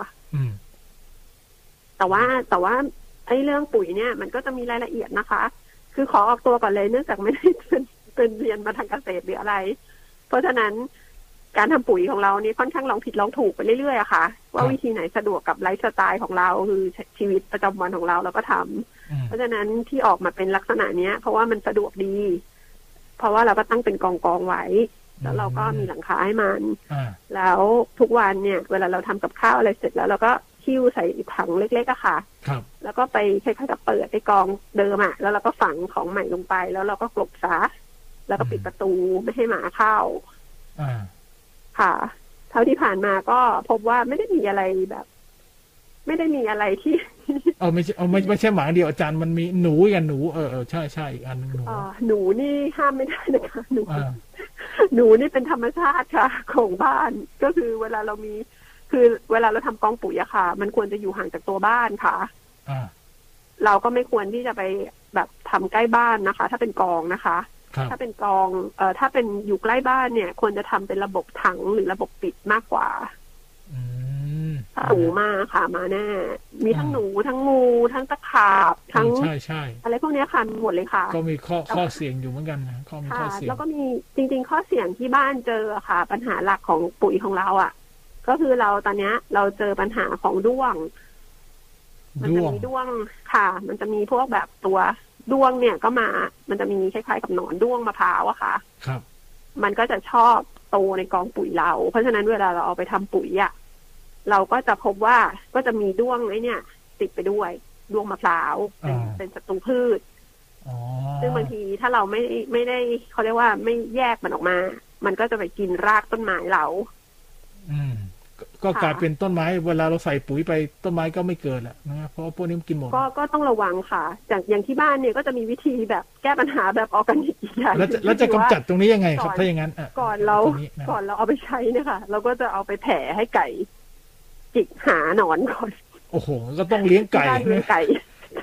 แต่ว่าแต่ว่าไอ้เรื่องปุ๋ยเนี่ยมันก็จะมีรายละเอียดนะคะคือขอออกตัวก่อนเลยเนื่องจากไม่ได้เป็นเป็นเรียนมาทางเกษตรหรืออะไรเพราะฉะนั้นการทำปุ๋ยของเรานี่ค่อนข้างลองผิดลองถูกไปเรื่อยๆอะค่ะว่าวิธีไหนสะดวกกับไลฟ์สไตล์ของเราคือชีวิตประจำวันของเราเราก็ทำเพราะฉะนั้นที่ออกมาเป็นลักษณะเนี้ยเพราะว่ามันสะดวกดีเพราะว่าเราก็ตั้งเป็นกองกองไว้แล้วเราก็มีหลังคาให้มันแล้วทุกวันเนี่ยเวลาเราทำกับข้าวอะไรเสร็จแล้วเราก็คิ้วใส่ถังเล็กๆอะค่ะแล้วก็ไปคล้ายๆกับเปิดในกองเดิมอะแล้วเราก็ฝังของใหม่ลงไปแล้วเราก็กลบซะแล้วก็ปิดประตูไม่ให้หมาเข้าค่ะเท่าที่ผ่านมาก็พบว่าไม่ได้มีอะไรแบบ ไม่ได้มีอะไรที่เอาไม่ใช่เอาไม่ไม่ใช่หมาเดียวอาจารย์มันมีหนูกันหนูเออเออใช่ใช่อีกอันนึงหนูอ๋อหนูนี่ห้ามไม่ได้นะคะหนูหนูนี่เป็นธรรมชาติค่ะของบ้านก็คือเวลาเรามีคือเวลาเราทำกองปุ๋ยอะค่ะมันควรจะอยู่ห่างจากตัวบ้านค่ะเราก็ไม่ควรที่จะไปแบบทำใกล้บ้านนะคะถ้าเป็นกองนะคะถ้าเป็นกองเอ่อถ้าเป็นอยู่ใกล้บ้านเนี่ยควรจะทำเป็นระบบถังหรือระบบปิดมากกว่าหนูมาค่ะมาแน่มีทั้งหนูทั้งงูทั้งตะขาบทั้งใช่ใช่อะไรพวกนี้ค่ะหมดเลยค่ะก็มีข้อข้อเสี่ยงอยู่เหมือนกันนะข้อมีข้อเสี่ยงแล้วก็มีจริงๆข้อเสี่ยงที่บ้านเจอค่ะปัญหาหลักของปุ๋ยของเราอ่ะก็คือเราตอนนี้เราเจอปัญหาของด้วงมันจะมีด้วงค่ะมันจะมีพวกแบบตัวด้วงเนี่ยก็มามันจะมีคล้ายๆกับหนอนด้วงมะพร้าวอะค่ะครับมันก็จะชอบโตในกองปุ๋ยเราเพราะฉะนั้นเวลาเราเอาไปทำปุ๋ยอะเราก็จะพบว่าก็จะมีด้วงไอ้เนี่ยติดไปด้วยด้วงมะพร้าวเป็นเป็นศัตรูพืชซึ่งบางทีถ้าเราไม่ไม่ได้เขาเรียกว่าไม่แยกมันออกมามันก็จะไปกินรากต้นไม้เราอืมก็กลายเป็นต้นไม้เวลาเราใส่ปุ๋ยไปต้นไม้ก็ไม่เกิดแหละนะเพราะพวกนี้มันกินหมดก็ก็ต้องระวังค่ะจากอย่างที่บ้านเนี่ยก็จะมีวิธีแบบแก้ปัญหาแบบออร์แกนิกอย่างแล้วแล้วจะกำจัดตรงนี้ยังไงครับถ้าอย่างนั้นก่อนเราก่อนเราเอาไปใช้เนี่ยค่ะเราก็จะเอาไปแผ่ให้ไก่จิกหาหนอนก่อนโอ้โหก็ต้องเลี้ยงไก่เลี้ยงไก่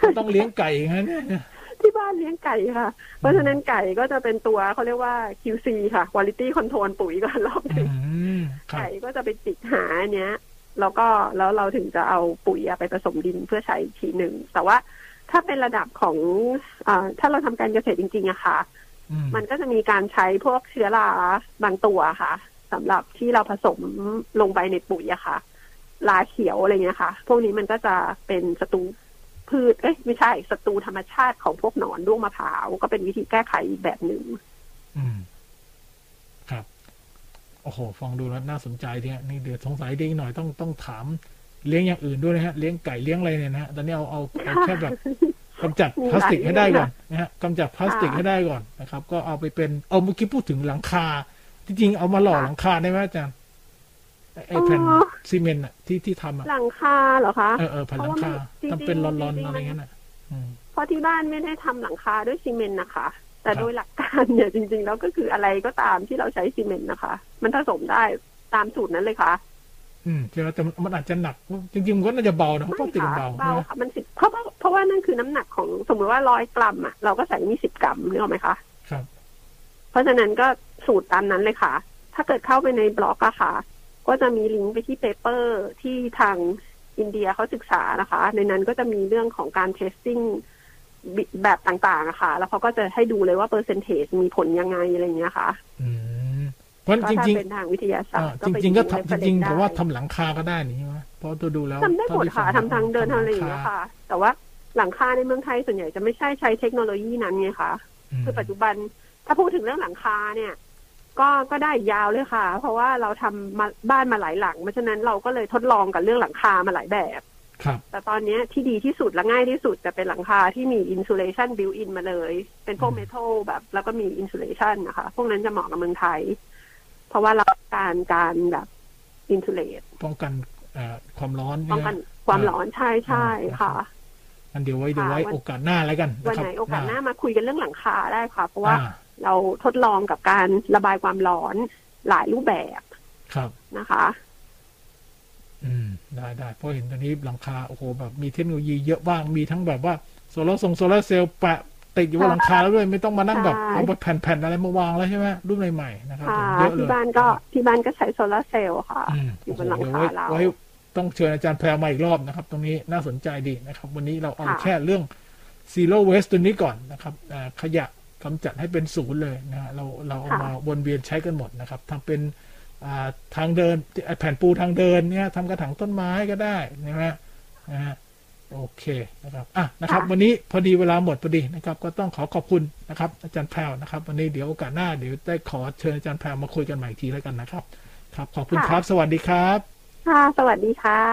ต้องเลี้ยงไก่งั้นเนี่ยที่บ้านเลี้ยงไก่ค่ะเพราะฉะนั้นไก่ก็จะเป็นตัวเขาเรียกว่า คิว ซี ค่ะ Quality Control ปุ๋ยก่อนรอบนึงไก่ก็จะไปจิกหาเนี้ยแล้วก็แล้วเราถึงจะเอาปุ๋ยไปผสมดินเพื่อใช้ทีหนึ่งแต่ว่าถ้าเป็นระดับของอ่าถ้าเราทำการเกษตรจริงๆอะค่ะมันก็จะมีการใช้พวกเชื้อราบางตัวค่ะสำหรับที่เราผสมลงไปในปุ๋ยอะค่ะราเขียวอะไรเงี้ยค่ะพวกนี้มันก็จะเป็นศัตรูพืชเอ้ยไม่ใช่ศัตรูธรรมชาติของพวกหนอนด้วงมะพร้าวก็เป็นวิธีแก้ไขอีกแบบหนึ่งอืมครับโอ้โหฟังดูแล้วน่าสนใจเนี่ยนี่เดี๋ยวสงสัยดีหน่อยต้องต้องถามเลี้ยงอย่างอื่นด้วยนะฮะเลี้ยงไก่เลี้ยงอะไรเนี่ยนะฮะตอนนี้เอาเอาเอาแค่แบบกำจัดพลาสติกให้ได้ก่อนนะฮะกำจัดพลาสติกให้ได้ก่อนนะครับก็เอาไปเป็นเอาเมื่อกี้พูดถึงหลังคาจริงๆเอามาหล่อหลังคาได้ไหมอาจารย์ไอ้แผ่นซีเมนต์อะที่ที่ทำอะหลังคาเหรอคะเออเออแผ่นหลังคาทำเป็นรอนๆอะไรเงี้ยน่ะเพราะที่บ้านไม่ได้ทำหลังคาด้วยซีเมนต์นะคะแต่โดยหลักการเนี่ยจริงๆแล้วก็คืออะไรก็ตามที่เราใช้ซีเมนต์นะคะมันผสมได้ตามสูตรนั้นเลยค่ะอืมใช่ไหมแต่มันอาจจะหนักจริงๆมันก็น่าจะเบานะเพราะพลาสติกเบาเบาค่ะมันสิบเพราะเพราะว่านั่นคือน้ำหนักของสมมติว่าร้อยกรัมอ่ะเราก็ใส่มีสิบกรัมนึกออกไหมคะครับเพราะฉะนั้นก็สูตรตามนั้นเลยค่ะถ้าเกิดเข้าไปในบล็อกอะค่ะก็จะมีลิงก์ไปที่เปเปอร์ที่ทางอินเดียเขาศึกษานะคะในนั้นก็จะมีเรื่องของการเทสติ้งแบบต่างๆอะค่ะแล้วเขาก็จะให้ดูเลยว่าเปอร์เซนเทจมีผลยังไงอะไรอย่างเงี้ยค่ะอืมเพราะจริงๆเป็นทางวิทยาศาสตร์จริงๆก็จริงๆเพราะว่าทำหลังคาก็ได้นี่ใช่ไหมเพราะตัวดูแล้วทำได้หมดค่ะทำทางเดินทางอะไรอย่างเงี้ยค่ะแต่ว่าหลังคาในเมืองไทยส่วนใหญ่จะไม่ใช่ใช้เทคโนโลยีนั้นไงคะคือปัจจุบันถ้าพูดถึงเรื่องหลังคาเนี่ยก็ก็ได้ยาวเลยค่ะเพราะว่าเราทำมาบ้านมาหลายหลังเพราะฉะนั้นเราก็เลยทดลองกับเรื่องหลังคามาหลายแบบแต่ตอนนี้ที่ดีที่สุดและง่ายที่สุดจะเป็นหลังคาที่มีอินซูเลชันบิวอินมาเลยเป็นพวกเมทัลแบบแล้วก็มีอินซูเลชันนะคะพวกนั้นจะเหมาะกับเมืองไทยเพราะว่าเราการการแบบอินซูเลตป้องกันความร้อนป้องกันความร้อนใช่ใช่ค่ะอันเดี๋ยวไว้เดี๋ยวไว้โอกาสหน้าแล้วกันวันไหนโอกาสหน้ามาคุยกันเรื่องหลังคาได้ค่ะเพราะว่าเราทดลองกับการระบายความร้อนหลายรูปแบบครับนะคะอืมได้ได้เพราะเห็นตอนนี้หลังคาโอ้โหแบบมีเทคโนโลยีเยอะบ้างมีทั้งแบบว่าโซลาร์ทรงโซลาร์เซลล์แปะติดอยู่บนหลังคาแล้วด้วยไม่ต้องมานั่งแบบเอาแผ่นๆอะไรมาวางแล้วใช่ไหมรุ่นใหม่ๆนะครับเยอะเลยที่บ้านก็ที่บ้านก็ใช้โซลาร์เซลล์ค่ะอยู่บนหลังคาเราไว้ต้องเชิญอาจารย์แพรมาอีกรอบนะครับตรงนี้น่าสนใจดีนะครับวันนี้เราเอาแค่เรื่อง zero waste ตัวนี้ก่อนนะครับขยะกำจัดให้เป็นศูนย์เลยนะเราเราเอามาวนเวียนใช้กันหมดนะครับทำเป็นทางเดินแผ่นปูทางเดินเนี่ยทำกระถางต้นไม้ก็ได้นะฮะนะฮะโอเคนะครับอ่ะนะครับวันนี้พอดีเวลาหมดพอดีนะครับก็ต้องขอขอบคุณนะครับอาจารย์แพรวนะครับวันนี้เดี๋ยวโอกาสหน้าเดี๋ยวได้ขอเชิญอาจารย์แพรวมาคุยกันใหม่อีกทีแล้วกันนะครับครับขอบคุณครับสวัสดีครับค่ะสวัสดีค่ะ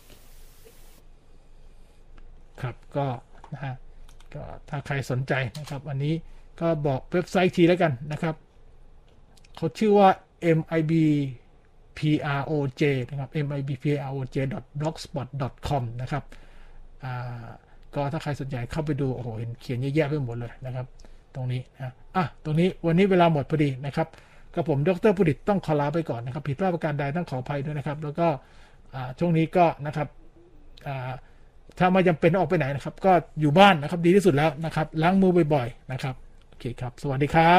ครับก็นะฮะก็ถ้าใครสนใจนะครับอันนี้ก็บอกเว็บไซต์ทีแล้วกันนะครับเขาชื่อว่า เอ็ม ไอ บี พี อาร์ โอ เจ นะครับ เอ็ม ไอ บี พี อาร์ โอ เจ ดอท บล็อกสปอต ดอท คอม นะครับอ่าก็ถ้าใครสนใจเข้าไปดูโอ้โหเห็นเขียนเยอะแยะไปหมดเลยนะครับตรงนี้นะอ่ะตรงนี้วันนี้เวลาหมดพอดีนะครับกับผมดร.พุดิษฐ์ต้องขอลาไปก่อนนะครับผิดพลาดประการใดต้องขออภัยด้วยนะครับแล้วก็อ่าช่วงนี้ก็นะครับอ่าถ้าไม่จำเป็นต้องออกไปไหนนะครับก็อยู่บ้านนะครับดีที่สุดแล้วนะครับล้างมือบ่อยๆนะครับโอเคครับสวัสดีครับ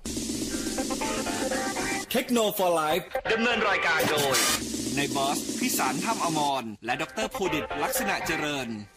เทคโนโลยีไลฟ์ดำเนินรายการโดยในบอสพิสารถ้ำอมรและดร.ภูดิษฐ์ลักษณะเจริญ